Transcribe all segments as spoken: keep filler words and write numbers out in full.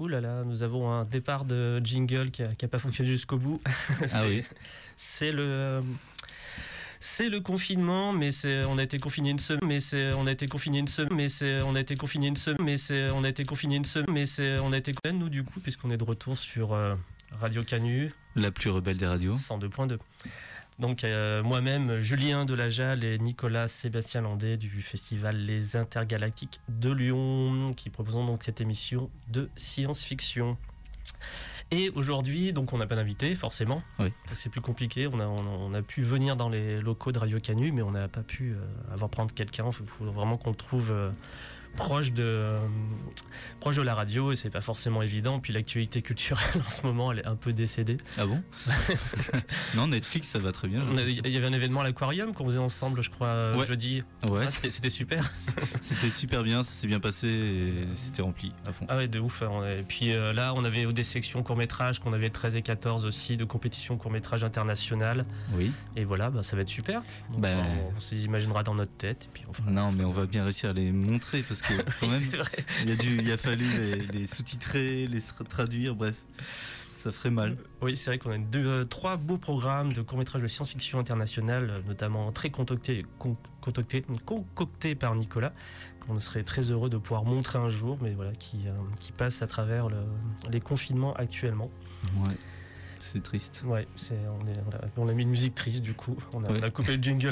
Ouh là là, nous avons un départ de jingle qui n'a pas fonctionné jusqu'au bout. Ah oui. C'est le... C'est le confinement, mais c'est, on a été confiné une semaine, mais c'est, on a été confiné une semaine, mais c'est, on a été confiné une semaine, mais c'est, on a été confiné une semaine, mais c'est, on a été confiné nous du coup, puisqu'on est de retour sur euh, Radio Canu. La plus rebelle des radios. cent deux point deux. Donc euh, moi-même, Julien Delajalle et Nicolas Sébastien Landais du festival Les Intergalactiques de Lyon, qui proposons donc cette émission de science-fiction. Et aujourd'hui, donc on n'a pas d'invité, forcément. Oui. C'est plus compliqué. On a, on, a, on a pu venir dans les locaux de Radio Canu, mais on n'a pas pu euh, avoir prendre quelqu'un. Il faut, faut vraiment qu'on le trouve euh, proche de, euh, proche de la radio, et c'est pas forcément évident. Puis l'actualité culturelle en ce moment, elle est un peu décédée. Ah bon? Non, Netflix, ça va très bien. Il y avait un événement à l'Aquarium qu'on faisait ensemble, je crois, ouais. jeudi. Ouais, ah, c'était, c'était super. C'était super bien, ça s'est bien passé et c'était rempli à fond. Ah ouais, de ouf. Et puis euh, là, on avait des sections court-métrage, qu'on avait treize et quatorze aussi, de compétition court-métrage international. Oui. Et voilà, bah, ça va être super. Donc, bah... on, on se les imaginera dans notre tête. Et puis on fera, non, mais on va bien réussir à les montrer parce que quand même, il, a dû, il a fallu les, les sous-titrer, les traduire, bref. Ça ferait mal. Oui, c'est vrai qu'on a deux, euh, trois beaux programmes de court-métrage de science-fiction internationale, notamment très concoctés, concoctés, concoctés par Nicolas, qu'on serait très heureux de pouvoir montrer un jour, mais voilà, qui, euh, qui passe à travers le, les confinements actuellement. Ouais. C'est triste. Ouais, c'est, on, est, on, a, on a mis une musique triste du coup. On a, ouais. on a coupé le jingle.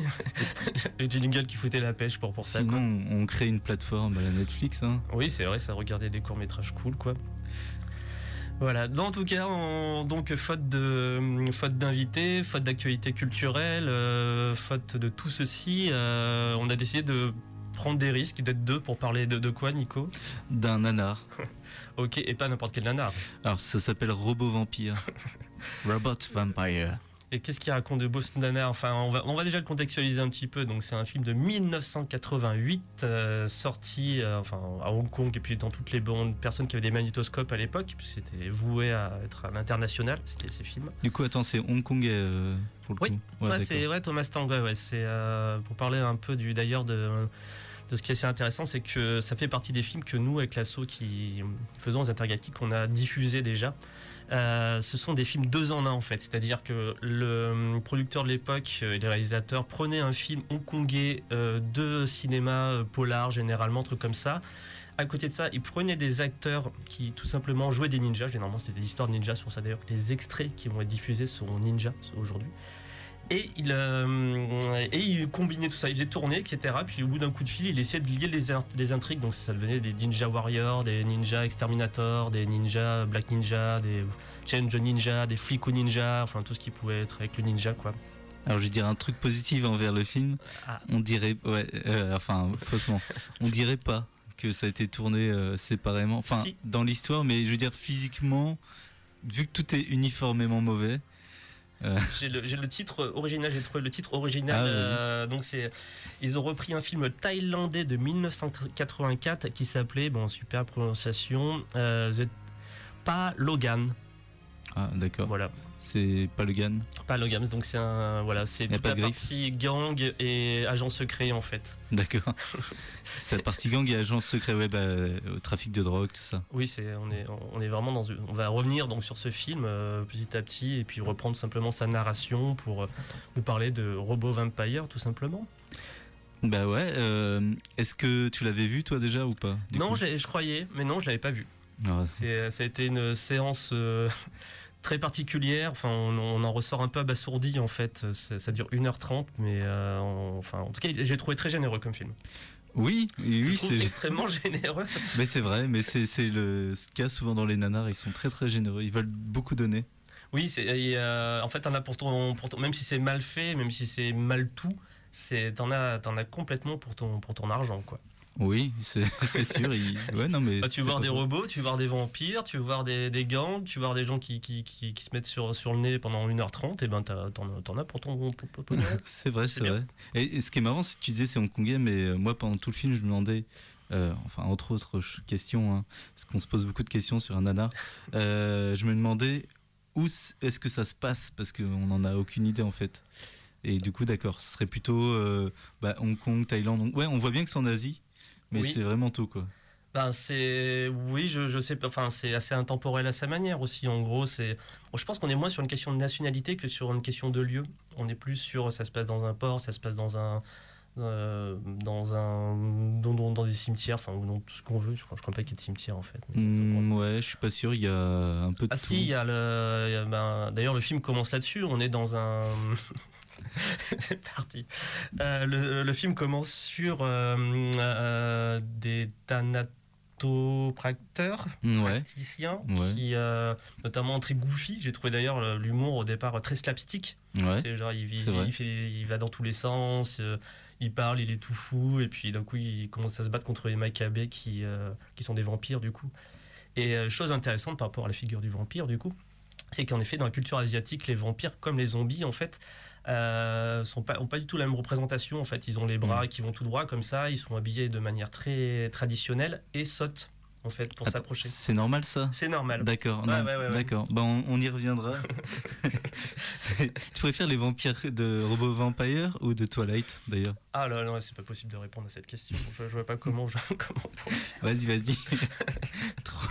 Le jingle qui foutait la pêche pour, pour ça. Sinon, quoi. on crée une plateforme à la Netflix. Hein. Oui, c'est vrai, ça regardait des courts-métrages cool, quoi. Voilà, en tout cas, on, donc faute de faute d'invités, faute d'actualité culturelle, euh, faute de tout ceci, euh, on a décidé de prendre des risques, d'être deux pour parler de, de quoi, Nico? D'un nanar. Ok, et pas n'importe quel nanar. Alors ça s'appelle Robot Vampire. Robot Vampire. Et qu'est-ce qu'il raconte de beau ce nanar? Enfin, on va, on va déjà le contextualiser un petit peu. Donc, c'est un film de dix-neuf cent quatre-vingt-huit, euh, sorti euh, enfin, à Hong Kong et puis dans toutes les bonnes personnes qui avaient des magnétoscopes à l'époque, puisque c'était voué à être à l'international, c'était ces films. Du coup, attends, c'est hongkongais euh, pour le oui. coup. Ouais, ouais, c'est ouais, Thomas Tang. Ouais, ouais, c'est euh, pour parler un peu du d'ailleurs de. De ce qui est assez intéressant, c'est que ça fait partie des films que nous, avec l'asso qui faisons aux Intergalactiques, on a diffusé déjà. Euh, ce sont des films deux en un en fait, c'est-à-dire que le producteur de l'époque et les réalisateurs prenaient un film hongkongais euh, de cinéma euh, polar généralement, truc comme ça. À côté de ça, ils prenaient des acteurs qui tout simplement jouaient des ninjas. Généralement, c'était des histoires de ninjas, c'est pour ça d'ailleurs que les extraits qui vont être diffusés seront ninjas aujourd'hui. Et il, euh, et il combinait tout ça, il faisait tourner, et cetera. Puis au bout d'un coup de fil, il essayait de lier les, les intrigues. Donc ça devenait des Ninja Warriors, des Ninja Exterminator, des Ninja Black Ninja, des Change Ninja, des Flico Ninja, enfin tout ce qui pouvait être avec le ninja, quoi. Alors je vais dire un truc positif envers le film. Ah. On dirait, ouais, euh, enfin faussement, on dirait pas que ça a été tourné euh, séparément, enfin si. Dans l'histoire, mais je veux dire physiquement, vu que tout est uniformément mauvais. Euh. J'ai, le, j'ai le titre original, j'ai trouvé le titre original. Ah, euh, donc c'est, ils ont repris un film thaïlandais de dix-neuf cent quatre-vingt-quatre qui s'appelait, bon super prononciation, euh, The pas Logan. Ah d'accord. Voilà. C'est pas Logan. Pas Logan. Donc c'est un voilà, c'est toute la partie gang et agent secret en fait. D'accord. C'est la partie gang et agent secret, ouais, bah, au trafic de drogue, tout ça. Oui, c'est on est on est vraiment dans une, on va revenir donc sur ce film euh, petit à petit et puis reprendre simplement sa narration pour euh, vous parler de Robot Vampire tout simplement. Bah ouais. Euh, est-ce que tu l'avais vu toi déjà ou pas? Non, je, je croyais, mais non, je l'avais pas vu. Non, c'est, ça a été une séance. Euh, très particulière, enfin on, on en ressort un peu abasourdi en fait, ça, ça dure une heure trente mais euh, on, enfin, en tout cas j'ai trouvé très généreux comme film. Oui, oui, oui c'est extrêmement généreux. Mais c'est vrai, mais c'est, c'est le ce qu'il y a souvent dans les nanars, ils sont très très généreux, ils veulent beaucoup donner. Oui, c'est, et, euh, en fait t'en as pour ton, pour ton, même si c'est mal fait, même si c'est mal tout, c'est, t'en as, t'en as complètement pour ton, pour ton argent quoi. Oui, c'est, c'est sûr. Il... Ouais, non, mais bah, tu veux voir des robots, tu veux voir des vampires, tu veux voir des, des gangs, tu veux voir des gens qui, qui, qui, qui se mettent sur, sur le nez pendant une heure trente, et ben t'en, t'en as pour ton pognon. C'est vrai, c'est, c'est vrai. Et, et ce qui est marrant, c'est que tu disais c'est hongkongais, mais moi pendant tout le film, je me demandais, euh, enfin entre autres questions, hein, parce qu'on se pose beaucoup de questions sur un nanar, euh, je me demandais où est-ce que ça se passe, parce qu'on n'en a aucune idée en fait. Et du coup, d'accord, ce serait plutôt euh, bah, Hong Kong, Thaïlande. Ouais, on voit bien que c'est en Asie. Mais oui. C'est vraiment tout quoi. Ben c'est oui, je, je sais pas. Enfin, c'est assez intemporel à sa manière aussi. En gros, c'est. Bon, je pense qu'on est moins sur une question de nationalité que sur une question de lieu. On est plus sur ça se passe dans un port, ça se passe dans un euh, dans un dans, dans- dans des cimetières, enfin ou dans tout ce qu'on veut. Je crois, je crois pas qu'il y ait de cimetière en fait. Mais, je crois. Hmm, ouais, je suis pas sûr, il y a un peu de Ah tout. si, il y a le. il y a- ben, d'ailleurs, le film commence là-dessus. On est dans un. C'est parti. Euh, le, le film commence sur euh, euh, des thanatopracteurs, Hmm, ouais, praticiens, ouais, qui, euh, notamment très goofy. J'ai trouvé d'ailleurs le- l'humour au départ très slapstick. ouais, C'est genre, il, c'est vit- vrai. il, fait, il va dans tous les sens, euh, il parle, il est tout fou, et puis d'un coup, il commence à se battre contre les Maccabées qui, euh, qui sont des vampires, du coup. Et euh, chose intéressante par rapport à la figure du vampire, du coup, c'est qu'en effet, dans la culture asiatique, les vampires, comme les zombies, en fait, euh, sont pas, ont pas du tout la même représentation. En fait, ils ont les bras Hmm. qui vont tout droit comme ça, ils sont habillés de manière très traditionnelle et sautent en fait pour Attends, s'approcher. c'est normal ça? C'est normal. D'accord, Ouais, non, ouais, ouais, ouais. d'accord. Bah, on, on y reviendra. C'est- Tu préfères les vampires de Robo Vampire ou de Twilight d'ailleurs? Ah là, non, c'est pas possible de répondre à cette question. Je, je vois pas comment, je, comment on pourrait faire. Vas-y, vas-y. Trop.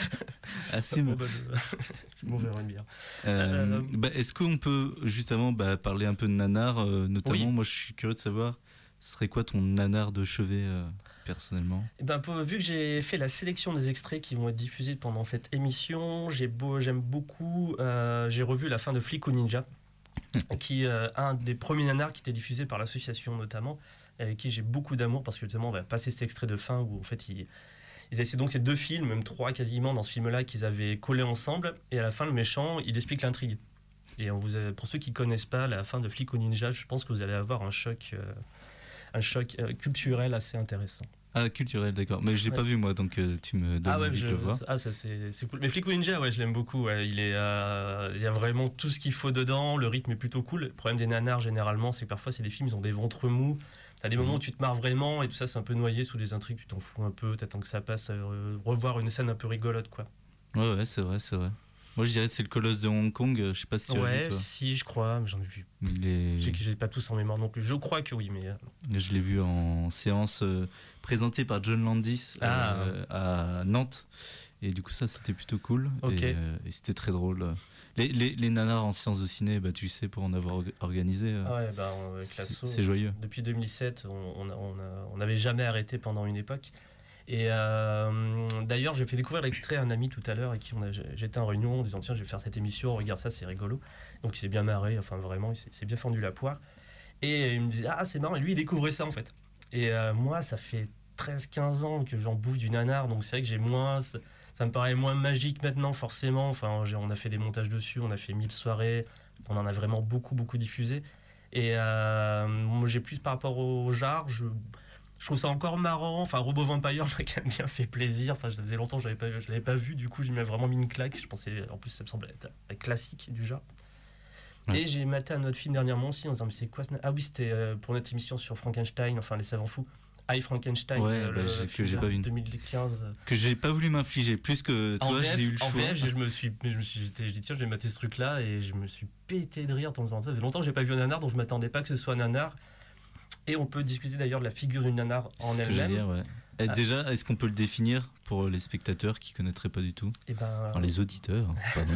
Assume. Bon, bah, je- bon, verra une bière. Euh, Euh, bah, est-ce qu'on peut justement bah, parler un peu de nanar, euh, notamment? Oui. Moi, je suis curieux de savoir, ce serait quoi ton nanar de chevet euh, personnellement? Eh ben, pour- vu que j'ai fait la sélection des extraits qui vont être diffusés pendant cette émission, j'ai beau, j'aime beaucoup. euh, j'ai revu la fin de Flic ou Ninja, qui euh, un des premiers nanars qui était diffusé par l'association notamment, avec qui j'ai beaucoup d'amour parce que justement on va passer cet extrait de fin où en fait ils, ils essaient donc ces deux films, même trois quasiment dans ce film-là qu'ils avaient collé ensemble, et à la fin le méchant il explique l'intrigue. Et on vous a- pour ceux qui connaissent pas la fin de Flic ou Ninja, je pense que vous allez avoir un choc, euh, un choc euh, culturel assez intéressant. Ah, culturel, d'accord. Mais je l'ai Ouais. pas vu moi, donc euh, tu me donnes Ah ouais, envie je- de le voir. ah ça c'est c'est cool. Mais Flic ou Ninja, ouais, je l'aime beaucoup. Ouais. Il est, euh, il y a vraiment tout ce qu'il faut dedans. Le rythme est plutôt cool. Le problème des nanars généralement, c'est que parfois c'est des films, ils ont des ventres mous. T'as des moments où tu te marres vraiment et tout ça, c'est un peu noyé sous des intrigues. Tu t'en fous un peu. T'attends que ça passe. euh, revoir une scène un peu rigolote, quoi. Ouais, ouais, c'est vrai, c'est vrai. Moi, je dirais que c'est le colosse de Hong Kong. euh, Je sais pas si tu l'as vu Ouais, toi. si je crois, mais j'en ai vu. Il est... J'ai j'ai pas tous en mémoire non plus. Je crois que oui, mais euh, Je l'ai vu en séance euh, présentée par John Landis euh, à Nantes. Et du coup, ça, c'était plutôt cool. Ok. Et, euh, et c'était très drôle. Les, les, les nanars en séance de ciné, bah, tu sais, pour en avoir orga- organisé, euh, ah ouais, bah avec c'est l'asso, c'est joyeux. depuis deux mille sept, on on a- on a- on n'avait jamais arrêté pendant une époque. Et euh, d'ailleurs, j'ai fait découvrir l'extrait à un ami tout à l'heure et qui on a, j'étais en réunion en disant tiens, je vais faire cette émission, regarde ça, c'est rigolo. Donc il s'est bien marré, enfin vraiment, il s'est s'est bien fendu la poire. Et il me disait ah, c'est marrant, et lui il découvrait ça en fait. Et euh, moi, ça fait treize quinze ans que j'en bouffe du nanar, donc c'est vrai que j'ai moins. Ça, ça me paraît moins magique maintenant, forcément. Enfin, j'ai- on a fait des montages dessus, on a fait mille soirées, on en a vraiment beaucoup, beaucoup diffusé. Et euh, moi, j'ai plus par rapport au genre, je, je trouve ça encore marrant. Enfin, Robo Vampire m'a quand même bien fait plaisir. Enfin, ça faisait longtemps que j'avais pas, je l'avais pas vu, du coup, j'y m'a vraiment mis une claque. Je pensais, en plus, ça me semblait être un classique du genre. Ouais. Et j'ai maté un autre film dernièrement aussi en disant, mais c'est quoi ce... Ah oui, c'était euh, pour notre émission sur Frankenstein, enfin, Les Savants Fous. I Frankenstein, Ouais, euh, bah, le j'ai- que film j'ai pas vu. deux mille quinze. Que j'ai pas voulu m'infliger. Plus que En toi, V F, j'ai eu le en choix. V F, je me suis, je me suis, j'étais- j'ai dit tiens, je vais mater ce truc-là et je me suis pété de rire en disant ça. Ça fait longtemps que j'ai pas vu un nanar, donc je m'attendais pas que ce soit un nanar. Et on peut discuter d'ailleurs de la figure du nanar C'est en ce que j'allais elle-même. dire, ouais. Et Ah. déjà, est-ce qu'on peut le définir pour les spectateurs qui connaîtraient pas du tout? Et ben, Enfin, les auditeurs, pardon.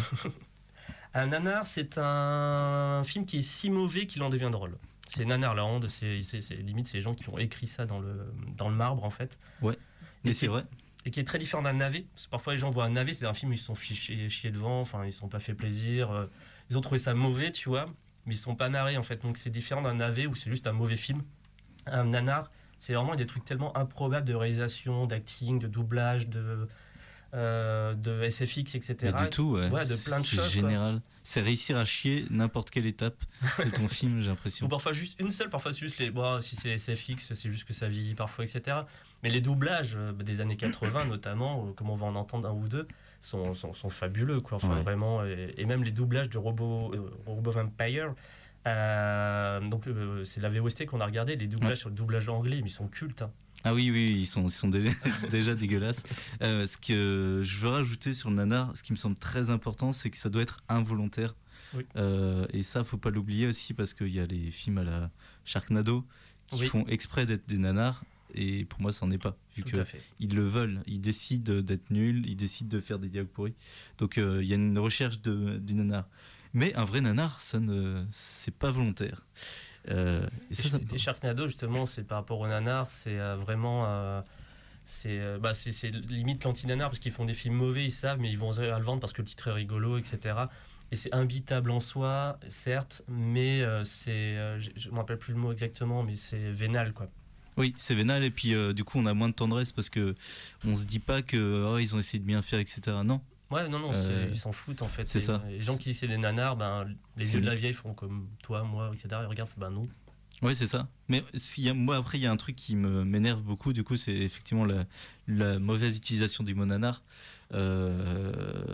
un nanar, c'est un film qui est si mauvais qu'il en devient drôle. C'est Nanar Land, c'est, c'est, c'est limite ces gens qui ont écrit ça dans le, dans le marbre en fait. Ouais, mais Et c'est qui- vrai. Et qui est très différent d'un navet. Parce que parfois les gens voient un navet, c'est un film où ils se sont fichés, chiés devant, enfin ils se sont pas fait plaisir, euh, ils ont trouvé ça mauvais, tu vois, mais ils se sont pas marrés en fait. Donc c'est différent d'un navet où c'est juste un mauvais film. Un nanar, c'est vraiment des trucs tellement improbables de réalisation, d'acting, de doublage, de, euh, de S F X, et cetera. Mais du tout, ouais. Ouais, de plein de C'est choses, quoi. général. C'est réussir à chier n'importe quelle étape de ton film, j'ai Ou l'impression. parfois juste une seule, parfois c'est juste les. Bon, si c'est S F X, c'est juste que ça vieillit parfois, et cetera. Mais les doublages euh, des années quatre-vingts, notamment, euh, comme on va en entendre un ou deux, sont, sont, sont fabuleux, quoi. Enfin, Ouais. vraiment. Et, et même les doublages de Robo, euh, Robo Vampire. euh, donc, euh, c'est la V O S T qu'on a regardé. Les doublages Ouais. sur le doublage anglais, mais ils sont cultes. Hein. Ah oui, oui, ils sont, ils sont dé- déjà dégueulasses. Euh, ce que je veux rajouter sur le nanar, ce qui me semble très important, c'est que ça doit être involontaire. Oui. Euh, et ça, faut pas l'oublier aussi, parce qu'il y a les films à la Sharknado qui Oui. font exprès d'être des nanars. et pour moi, ça n'en est pas. Vu Tout à fait. qu'ils le veulent, ils décident d'être nuls, ils décident de faire des dialogues pourris. Donc il euh, y a une recherche de, du nanar. Mais un vrai nanar, ça ne, c'est pas volontaire. Euh, et, ça, ça et Sharknado, justement, c'est par rapport au nanar, c'est euh, vraiment. Euh, c'est, euh, bah, c'est, c'est limite l'anti-nanar, parce qu'ils font des films mauvais, ils savent, mais ils vont le vendre parce que le titre est rigolo, et cetera. Et c'est imbitable en soi, certes, mais euh, c'est. Euh, je ne me rappelle plus le mot exactement, mais c'est vénal, quoi. Oui, c'est vénal, et puis euh, du coup, on a moins de tendresse parce que on se dit pas que oh, ils ont essayé de bien faire, et cetera. Non. Ouais, non, non, euh, ils s'en foutent en fait. C'est et, ça. Les gens qui disent c'est des nanars, ben, les vieux de la vieille font comme toi, moi, et cetera. Ils regardent, ben non. Oui, c'est ça. Mais y a, moi, après, il y a un truc qui me, m'énerve beaucoup, du coup, c'est effectivement la, la mauvaise utilisation du mot nanar. Euh,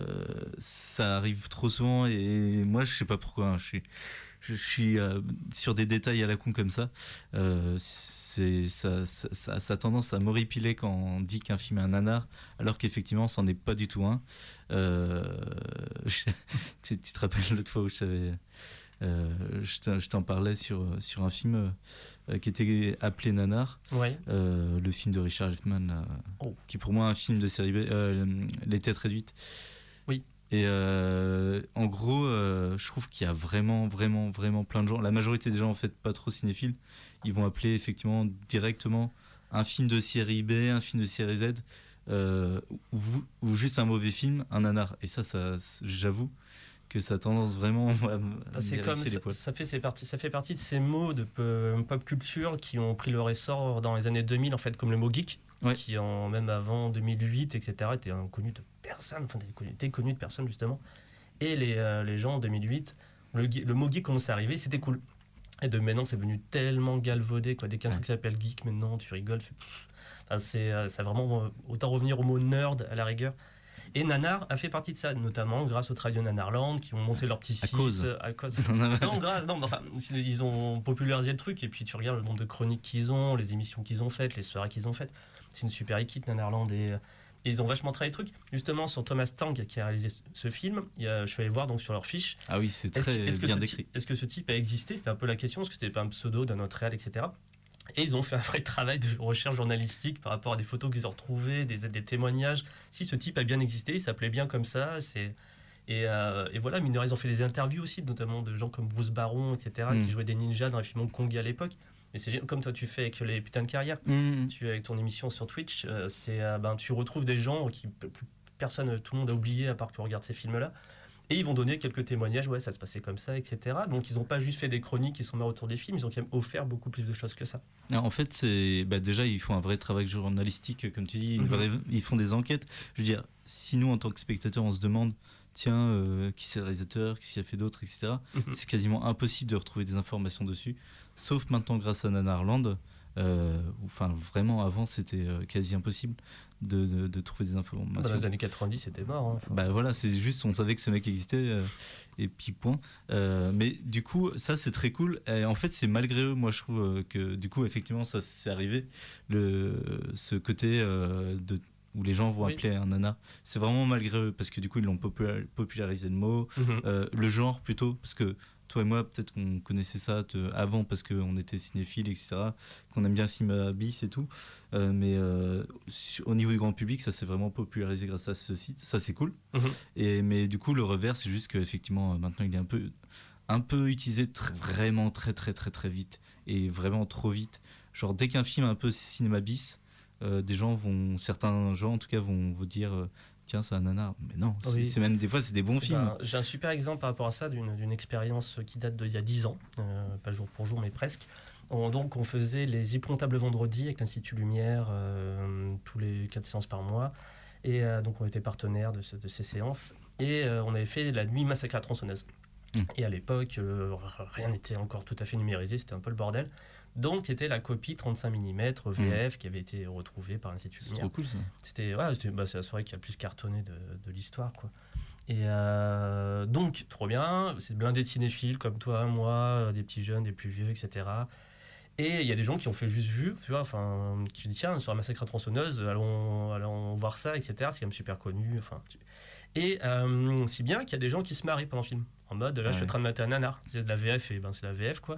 ça arrive trop souvent et moi, je sais pas pourquoi. Hein, je suis, je suis euh, sur des détails à la con comme ça. Euh, c'est, ça, ça, ça, ça a tendance à m'horripiler quand on dit qu'un film est un nanar, alors qu'effectivement, c'en est pas du tout un. Euh, je, tu, tu te rappelles l'autre fois où je savais... Euh, je t'en parlais sur, sur un film euh, qui était appelé Nanar, ouais. euh, le film de Richard Elfman, euh, oh. qui pour moi est un film de série B, euh, Les Têtes Réduites. Oui. Et euh, en gros, euh, je trouve qu'il y a vraiment, vraiment, vraiment plein de gens. La majorité des gens, en fait, pas trop cinéphiles, ils vont appeler effectivement directement un film de série B, un film de série Z, euh, ou, ou juste un mauvais film, un nanar. Et ça, ça j'avoue que ça a tendance vraiment à me bah, c'est comme ça, ça, fait, c'est parti, ça fait partie de ces mots de pop culture qui ont pris leur essor dans les années deux mille, en fait, comme le mot geek, ouais. qui en, même avant deux mille huit, et cetera, était connu de personne, enfin, était connu de personne justement. Et les, euh, les gens en deux mille huit, le, le mot geek commençait à arriver, c'était cool. Et de maintenant, c'est devenu tellement galvaudé, quoi. Dès qu'un ouais. truc s'appelle geek, maintenant, tu rigoles. Enfin, c'est, c'est vraiment autant revenir au mot nerd à la rigueur. Et Nanar a fait partie de ça, notamment grâce au travail de Nanarland, qui ont monté leur petit site. À cause. À cause. non, grâce, non, enfin, ils ont popularisé le truc, et puis tu regardes le nombre de chroniques qu'ils ont, les émissions qu'ils ont faites, les soirées qu'ils ont faites. C'est une super équipe, Nanarland, et, et ils ont vachement travaillé le truc. Justement, sur Thomas Tang, qui a réalisé ce film, il y a, je suis allé voir donc, sur leur fiche. Ah oui, c'est très est-ce, est-ce bien que décrit. Est-ce que ce type a existé ? C'était un peu la question, est-ce que c'était pas un pseudo d'un autre réel, et cetera. Et ils ont fait un vrai travail de recherche journalistique par rapport à des photos qu'ils ont retrouvées, des, des témoignages. Si ce type a bien existé, il s'appelait bien comme ça. C'est... Et, euh, et voilà, mine de rien, ils ont fait des interviews aussi, notamment de gens comme Bruce Baron, et cetera, mm. qui jouaient des ninjas dans les films hongkongais à l'époque. Mais c'est comme toi, tu fais avec les putains de carrières. Mm. Tu, avec ton émission sur Twitch, euh, c'est, euh, ben, tu retrouves des gens qui personne, tout le monde a oublié à part que tu regardes ces films-là. Et ils vont donner quelques témoignages, ouais, ça se passait comme ça, et cetera. Donc ils n'ont pas juste fait des chroniques qui sont mis autour des films, ils ont quand même offert beaucoup plus de choses que ça. En fait, c'est, bah déjà, ils font un vrai travail journalistique, comme tu dis, mm-hmm. vraie, ils font des enquêtes. Je veux dire, si nous, en tant que spectateurs, on se demande, tiens, euh, qui c'est le réalisateur, qui s'y a fait d'autres, et cetera, mm-hmm. c'est quasiment impossible de retrouver des informations dessus, sauf maintenant grâce à Nanarland. Euh, enfin, vraiment, avant, c'était euh, quasi impossible de, de, de trouver des informations. Dans les années quatre-vingt-dix, c'était mort. Hein, bah voilà, c'est juste, on savait que ce mec existait, euh, et puis point. Euh, mais du coup, ça, c'est très cool. Et en fait, c'est malgré eux, moi, je trouve euh, que, du coup, effectivement, ça c'est arrivé. Le, ce côté euh, de, où les gens vont oui. appeler un nana, c'est vraiment malgré eux, parce que du coup, ils l'ont popularisé le mot, mm-hmm. euh, le genre plutôt, parce que toi et moi, peut-être qu'on connaissait ça te, avant parce qu'on était cinéphiles, et cetera, qu'on aime bien Cinema Bis et tout. Euh, mais euh, sur, au niveau du grand public, ça s'est vraiment popularisé grâce à ce site. Ça, c'est cool. Mm-hmm. Et, mais du coup, le revers, c'est juste qu'effectivement, maintenant, il est un peu, un peu utilisé très, vraiment très, très, très, très vite. Et vraiment trop vite. Genre, dès qu'un film est un peu Cinema Bis, euh, des gens vont, certains gens en tout cas, vont vous dire... Euh, tiens, c'est un nanar. Mais non, c'est, oui. c'est même des fois, c'est des bons films. Ben, j'ai un super exemple par rapport à ça d'une, d'une expérience qui date d'il y a dix ans, euh, pas jour pour jour, mais presque. On, donc, on faisait les Épouvantables vendredis avec l'Institut Lumière euh, tous les quatre séances par mois. Et euh, donc, on était partenaires de, ce, de ces séances. Et euh, on avait fait la nuit Massacre à la tronçonneuse. Mmh. Et à l'époque, euh, rien n'était encore tout à fait numérisé, c'était un peu le bordel. Donc, c'était la copie trente-cinq millimètres V F mmh. qui avait été retrouvée par l'Institut Lumière. C'est trop cool, ça. C'était, ouais, c'était, bah, c'est la soirée qui a le plus cartonné de, de l'histoire, quoi. Et euh, donc, trop bien, c'est blindé de cinéphiles comme toi, moi, des petits jeunes, des plus vieux, et cetera. Et il y a des gens qui ont fait juste vu, tu vois, enfin, qui disent, tiens, sur la Massacre à tronçonneuse, allons, allons voir ça, et cetera. C'est quand même super connu, enfin... Tu... Et euh, si bien qu'il y a des gens qui se marient pendant le film. En mode, là, ouais. je suis en train de mater un nanar. C'est de la V F, et ben c'est la V F, quoi.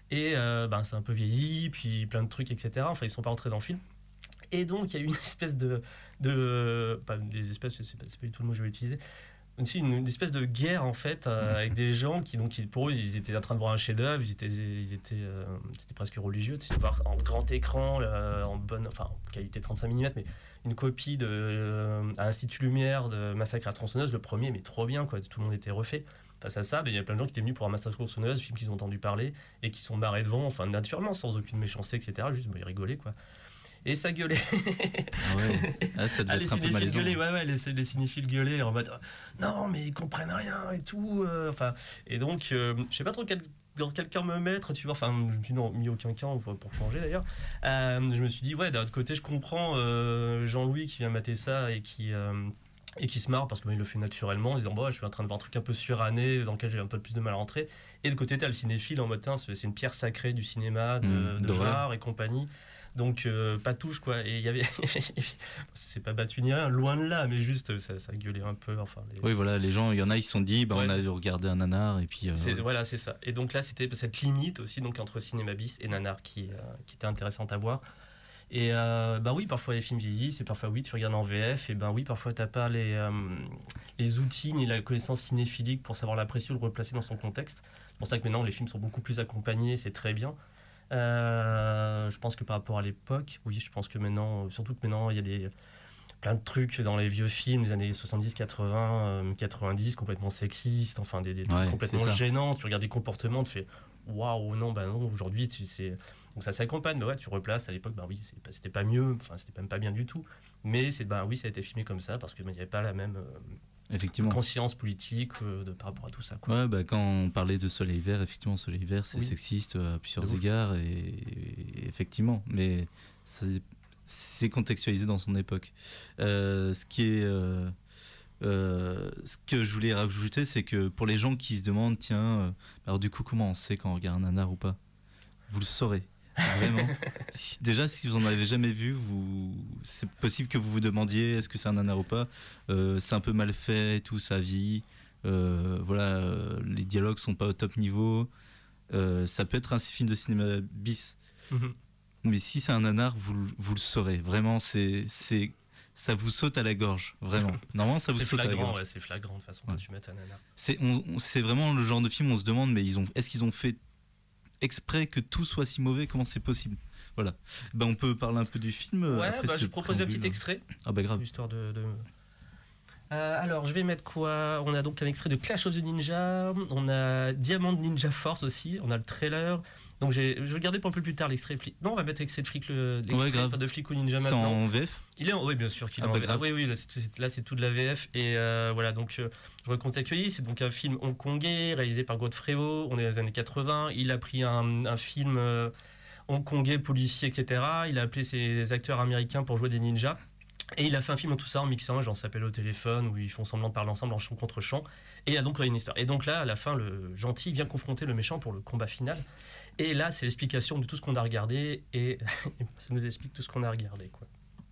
Et euh, ben, c'est un peu vieilli, puis plein de trucs, et cetera. Enfin, ils sont pas rentrés dans le film. Et donc, il y a eu une espèce de... de pas des espèces, c'est pas, c'est pas du tout le mot que je vais utiliser. Aussi une, une espèce de guerre, en fait, euh, avec des gens qui, donc, qui, pour eux, ils étaient en train de voir un chef-d'œuvre, ils étaient, ils étaient, euh, c'était presque religieux, de voir en grand écran, euh, en bonne... Enfin, en qualité trente-cinq millimètres, mais une copie de euh, à Institut Lumière de Massacre à la tronçonneuse, le premier, mais trop bien, quoi. Tout le monde était refait. Face à ça, il y a plein de gens qui étaient venus pour un Massacre à la tronçonneuse, film qu'ils ont entendu parler, et qui sont barrés devant, enfin, naturellement, sans aucune méchanceté, et cetera. Juste, bah, ils rigolaient, quoi. Et ça gueulait. Ah ouais, ah, ça devait ah, être un peu malaisant. Gueulaient, ouais, ouais, les, les cinéphiles gueulaient en mode non, mais ils comprennent rien et tout. Euh, enfin, et donc, euh, je sais pas trop quel, dans quel camp me mettre, tu vois. Enfin, je me suis non, mis aucun camp pour, pour changer d'ailleurs. Euh, je me suis dit, ouais, d'un autre côté, je comprends euh, Jean-Louis qui vient mater ça et qui. Euh, et qui se marre parce qu'il bah, le fait naturellement en disant bah, je suis en train de voir un truc un peu suranné dans lequel j'ai un peu plus de mal à rentrer, et de côté t'as le cinéphile en mode c'est une pierre sacrée du cinéma de, mmh, de genre et compagnie, donc euh, pas touche quoi. Et il y avait c'est pas battu ni rien, loin de là, mais juste ça, ça gueulait un peu, enfin les... oui voilà, les gens, il y en a ils se sont dit bah, ouais, on a regardé un nanar et puis euh, c'est, voilà, voilà c'est ça. Et donc là c'était cette limite aussi donc entre cinéma bis et nanar qui, euh, qui était intéressante à voir. Et euh, bah oui, parfois les films vieillissent, et parfois oui, tu regardes en V F, et ben oui, parfois t'as pas les, euh, les outils ni la connaissance cinéphilique pour savoir l'apprécier ou le replacer dans son contexte. C'est pour ça que maintenant les films sont beaucoup plus accompagnés, c'est très bien. Euh, je pense que par rapport à l'époque, oui, je pense que maintenant, surtout que maintenant il y a des, plein de trucs dans les vieux films des années soixante-dix, quatre-vingts, quatre-vingt-dix, complètement sexistes, enfin des, des trucs ouais, complètement gênants. Tu regardes des comportements, tu fais waouh, non, bah non, aujourd'hui tu sais. Donc ça s'accompagne, mais ouais, tu replaces à l'époque, bah oui, c'était pas, c'était pas mieux, enfin c'était même pas bien du tout, mais c'est bah oui, ça a été filmé comme ça parce qu'il bah, n'y avait pas la même euh, effectivement conscience politique euh, de, par rapport à tout ça, quoi. Ouais, bah quand on parlait de Soleil Vert, effectivement, Soleil Vert, c'est oui, sexiste à plusieurs égards, et, et effectivement, mais c'est, c'est contextualisé dans son époque. Euh, ce qui est euh, euh, ce que je voulais rajouter, c'est que pour les gens qui se demandent, tiens, euh, alors du coup, comment on sait quand on regarde un nanar ou pas, vous le saurez. Vraiment. Si, déjà, si vous n'en avez jamais vu, vous, c'est possible que vous vous demandiez est-ce que c'est un nanar ou pas. Euh, c'est un peu mal fait, tout ça vieillit. Euh, voilà, euh, les dialogues sont pas au top niveau. Euh, ça peut être un film de cinéma bis. Mm-hmm. Mais si c'est un nanar, vous, vous le saurez. Vraiment, c'est, c'est, ça vous saute à la gorge. Vraiment. Normalement, ça vous c'est saute flagrant, à la gorge. Ouais, c'est flagrant de toute façon, ouais, quand tu mets un nanar. C'est, on, on, c'est vraiment le genre de film où on se demande mais ils ont, est-ce qu'ils ont fait exprès que tout soit si mauvais, comment c'est possible? Voilà. Ben, on peut parler un peu du film. Ouais, après, bah, je propose un petit extrait. Ah bah grave. Histoire de... de... Euh, alors, je vais mettre quoi? On a donc un extrait de Clash of the Ninja, on a Diamond Ninja Force aussi, on a le trailer. Donc, j'ai, je vais garder pour un peu plus tard l'extrait. Non, on va mettre l'extrait de Flic, le, l'extrait ouais, de Flic ou Ninja c'est maintenant. C'est en V F? Il est en... Oui, bien sûr qu'il est ah en bah V F. Ah, oui, oui, là c'est, là, c'est tout de la V F. Et euh, voilà, donc, euh, je recontexte accueilli. C'est donc un film hongkongais réalisé par Godfrey Ho. On est dans les années quatre-vingts. Il a pris un, un film euh, hongkongais, policier, et cetera. Il a appelé ses acteurs américains pour jouer des ninjas. Et il a fait un film en tout ça en mixant, genre s'appelle au téléphone, où ils font semblant de parler ensemble en chant contre chant. Et il y a donc une histoire. Et donc là, à la fin, le gentil vient confronter le méchant pour le combat final. Et là, c'est l'explication de tout ce qu'on a regardé. Et ça nous explique tout ce qu'on a regardé, quoi.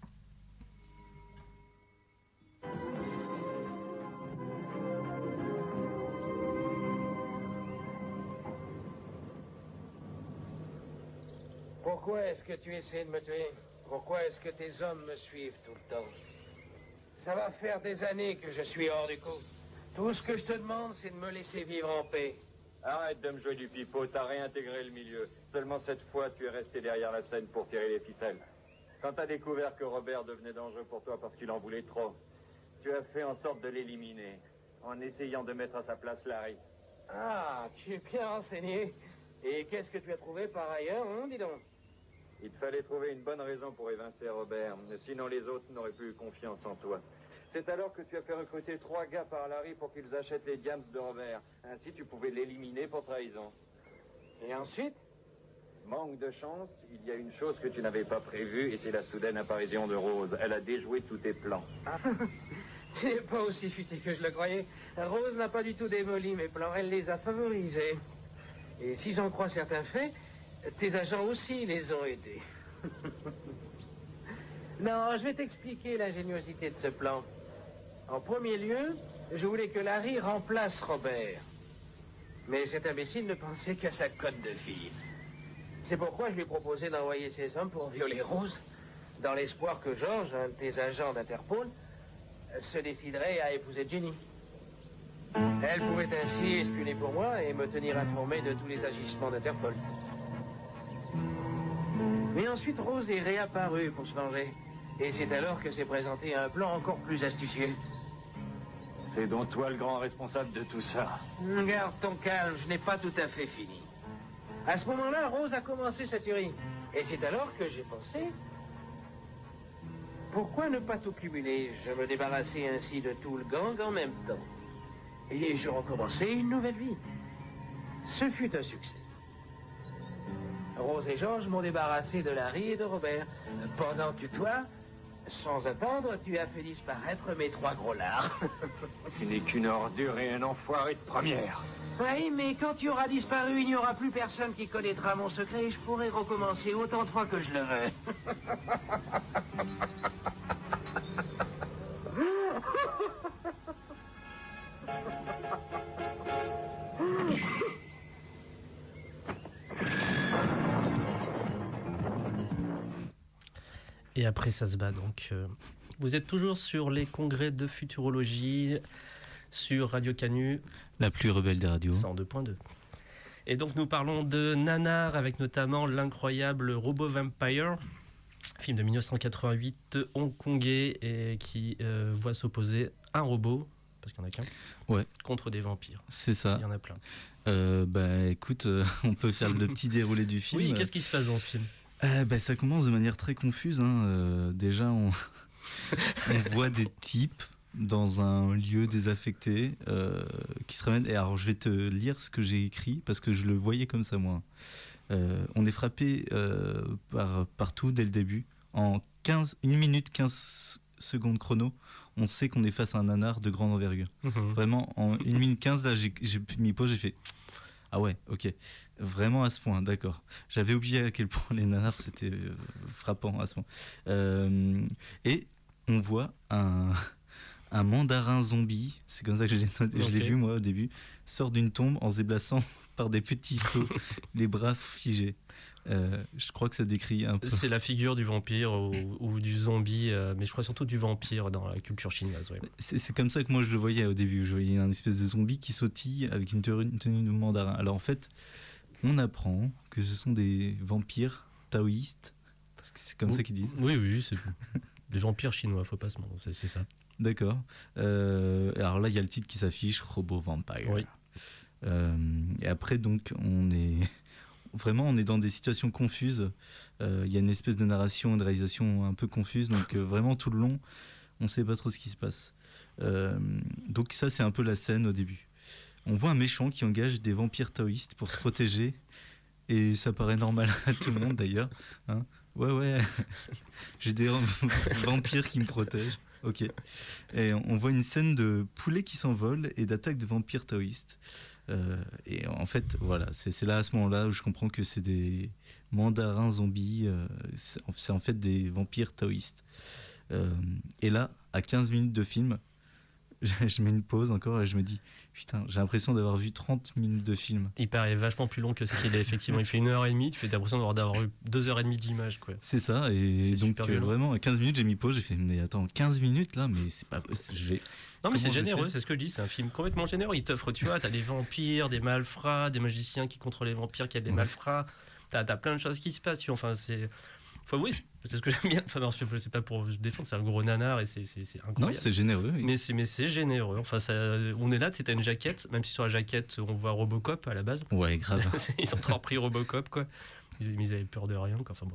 Pourquoi est-ce que tu essaies de me tuer? Pourquoi est-ce que tes hommes me suivent tout le temps? Ça va faire des années que je suis hors du coup. Tout ce que je te demande, c'est de me laisser vivre en paix. Arrête de me jouer du pipeau, t'as réintégré le milieu. Seulement cette fois, tu es resté derrière la scène pour tirer les ficelles. Quand t'as découvert que Robert devenait dangereux pour toi parce qu'il en voulait trop, tu as fait en sorte de l'éliminer, en essayant de mettre à sa place Larry. Ah, tu es bien renseigné. Et qu'est-ce que tu as trouvé par ailleurs, hein, dis donc? Il te fallait trouver une bonne raison pour évincer Robert, sinon les autres n'auraient plus eu confiance en toi. C'est alors que tu as fait recruter trois gars par Larry pour qu'ils achètent les diams de Robert. Ainsi, tu pouvais l'éliminer pour trahison. Et ensuite? Manque de chance, il y a une chose que tu n'avais pas prévue, et c'est la soudaine apparition de Rose. Elle a déjoué tous tes plans. Ah, tu n'es pas aussi futé que je le croyais. Rose n'a pas du tout démoli mes plans, elle les a favorisés. Et si j'en crois certains faits, tes agents aussi les ont aidés. Non, je vais t'expliquer l'ingéniosité de ce plan. En premier lieu, je voulais que Larry remplace Robert. Mais cet imbécile ne pensait qu'à sa cote de fille. C'est pourquoi je lui ai proposé d'envoyer ses hommes pour violer Rose, dans l'espoir que George, un de tes agents d'Interpol, se déciderait à épouser Jenny. Elle pouvait ainsi espionner pour moi et me tenir informé de tous les agissements d'Interpol. Mais ensuite, Rose est réapparue pour se venger. Et c'est alors que s'est présenté un plan encore plus astucieux. C'est donc toi le grand responsable de tout ça. Garde ton calme, je n'ai pas tout à fait fini. À ce moment-là, Rose a commencé sa tuerie. Et c'est alors que j'ai pensé... Pourquoi ne pas tout cumuler? Je me débarrassais ainsi de tout le gang en même temps. Et je recommençais une nouvelle vie. Ce fut un succès. Rose et Georges m'ont débarrassé de Larry et de Robert. Pendant que toi, sans attendre, tu as fait disparaître mes trois gros lards. Tu n'es qu'une ordure et un enfoiré de première. Oui, mais quand tu auras disparu, il n'y aura plus personne qui connaîtra mon secret et je pourrai recommencer autant de fois que je le veux. Et après, ça se bat. Donc, euh, vous êtes toujours sur les congrès de futurologie sur Radio Canu, la plus rebelle des radios. cent deux point deux. Et donc, nous parlons de nanar avec notamment l'incroyable Robo Vampire, film de dix-neuf cent quatre-vingt-huit hongkongais et qui euh, voit s'opposer un robot, parce qu'il n'y en a qu'un, ouais, contre des vampires. C'est ça. Il y en a plein. Euh, bah écoute, euh, on peut faire le petit déroulé du film. Oui, qu'est-ce qui se passe dans ce film? euh, bah, Ça commence de manière très confuse. Hein. Euh, déjà, on... on voit des types dans un lieu désaffecté euh, qui se ramènent. Et alors, je vais te lire ce que j'ai écrit parce que je le voyais comme ça, moi. Euh, on est frappé euh, par, partout dès le début. En quinze, une minute quinze secondes chrono, on sait qu'on est face à un nanar de grande envergure. Mmh. Vraiment, en une minute quinze, là, j'ai, j'ai mis pause, j'ai fait ah ouais, ok. Vraiment à ce point, d'accord. J'avais oublié à quel point les nanars, c'était euh, frappant à ce point. Euh, et on voit un, un mandarin zombie, c'est comme ça que je l'ai, noté, okay. je l'ai vu moi au début, sort d'une tombe en se déplaçant par des petits sauts, les bras figés. Euh, je crois que ça décrit un peu. C'est la figure du vampire ou, ou du zombie, euh, mais je crois surtout du vampire dans la culture chinoise. Ouais. C'est, c'est comme ça que moi je le voyais au début. Je voyais un espèce de zombie qui sautille avec une tenue, une tenue de mandarin. Alors en fait, on apprend que ce sont des vampires taoïstes, parce que c'est comme oui, ça qu'ils disent. Oui, oui, c'est des vampires chinois, faut pas se mentir, c'est, c'est ça. D'accord. Euh, alors là, il y a le titre qui s'affiche, Robo Vampire. Oui. Euh, et après, donc, on est... Vraiment, on est dans des situations confuses. Il euh, y a une espèce de narration, de réalisation un peu confuse. Donc, euh, vraiment, tout le long, on ne sait pas trop ce qui se passe. Euh, donc, ça, c'est un peu la scène au début. On voit un méchant qui engage des vampires taoïstes pour se protéger. Et ça paraît normal à tout le monde, d'ailleurs. Hein, ouais, ouais. J'ai des vampires qui me protègent. Ok. Et on voit une scène de poulets qui s'envolent et d'attaque de vampires taoïstes. Euh, et en fait, voilà, c'est, c'est là à ce moment-là où je comprends que c'est des mandarins zombies, euh, c'est, c'est en fait des vampires taoïstes. Euh, et là, à quinze minutes de film, je, je mets une pause encore et je me dis, putain, j'ai l'impression d'avoir vu trente minutes de film. Il paraît vachement plus long que ce qu'il est, effectivement. Il fait une heure et demie, tu fais l'impression d'avoir, d'avoir eu deux heures et demie d'image, quoi. C'est ça, et c'est donc euh, vraiment, à quinze minutes, j'ai mis pause, j'ai fait, mais attends, quinze minutes là, mais c'est pas possible, je vais. Non mais c'est généreux, c'est ce que je dis, c'est un film complètement généreux. Il t'offre, tu vois, t'as des vampires, des malfrats, des magiciens qui contrôlent les vampires, qui aident les ouais. malfrats. T'as, t'as plein de choses qui se passent. Tu vois, enfin, c'est, enfin oui, c'est ce que j'aime bien. Enfin, non, c'est pas pour se défendre, c'est un gros nanar et c'est, c'est, c'est incroyable. Non, c'est généreux. Oui. Mais c'est, mais c'est généreux. Enfin, ça, on est là, t'as une jaquette, même si sur la jaquette on voit Robocop à la base. Ouais, grave. Ils ont trop repris Robocop, quoi. Ils, ils avaient peur de rien, quoi. Enfin bon.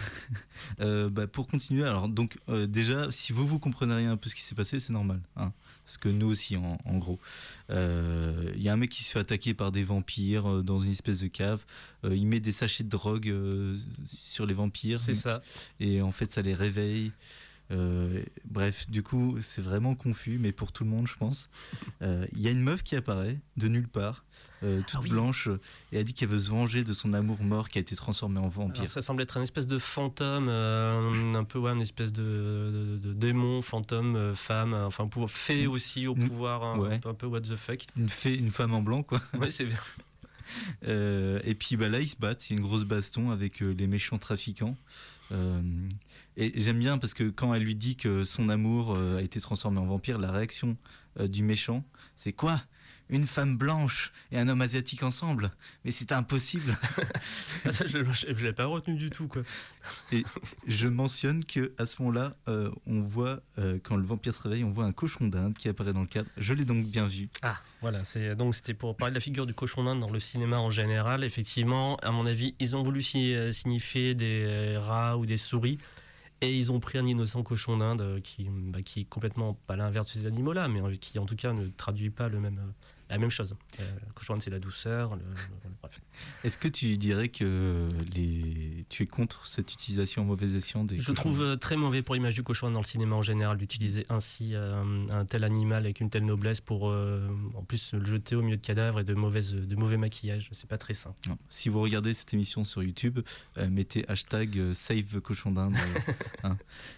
euh, bah, pour continuer, alors donc euh, déjà, si vous vous comprenez rien un peu ce qui s'est passé, c'est normal. Hein. Parce que nous aussi, en, en gros. Il euh, y a un mec qui se fait attaquer par des vampires euh, dans une espèce de cave. Euh, il met des sachets de drogue euh, sur les vampires. C'est ça. Et en fait, ça les réveille. Euh, bref, du coup, c'est vraiment confus, mais pour tout le monde, je pense. Il euh, y a une meuf qui apparaît de nulle part, euh, toute ah oui. blanche, et elle dit qu'elle veut se venger de son amour mort qui a été transformé en vampire. Alors, ça semble être une espèce de fantôme, euh, un peu ouais, une espèce de, de, de démon, fantôme, euh, femme, euh, enfin fée aussi au pouvoir, hein, ouais. un, peu, un peu what the fuck. Une fée, une femme en blanc, quoi. Ouais, c'est bien. Euh, et puis bah, là, ils se battent. C'est une grosse baston avec euh, les méchants trafiquants. Euh, et, et j'aime bien parce que quand elle lui dit que son amour euh, a été transformé en vampire, la réaction euh, du méchant, c'est quoi ? Une femme blanche et un homme asiatique ensemble ? Mais c'est impossible. Ah, ça, je ne l'ai pas retenu du tout, quoi. Et je mentionne que à ce moment-là, euh, on voit, euh, quand le vampire se réveille, on voit un cochon d'Inde qui apparaît dans le cadre. Je l'ai donc bien vu. Ah, voilà. C'est, donc, c'était pour parler de la figure du cochon d'Inde dans le cinéma en général. Effectivement, à mon avis, ils ont voulu si- signifier des rats ou des souris. Et ils ont pris un innocent cochon d'Inde euh, qui, bah, qui est complètement pas l'inverse de ces animaux-là, mais euh, qui en tout cas ne traduit pas le même, euh, la même chose. Euh, le cochon d'Inde, c'est la douceur. Le, le- bref. Est-ce que tu dirais que les... tu es contre cette utilisation en mauvais escient des Je cochons trouve euh, très mauvais pour l'image du cochon d'Inde dans le cinéma en général d'utiliser ainsi euh, un tel animal avec une telle noblesse pour euh, en plus le jeter au milieu de cadavres et de, mauvaises, de mauvais maquillages. C'est pas très sain. Non. Si vous regardez cette émission sur YouTube, euh, mettez hashtag euh, Save Cochon d'Inde. euh, hein.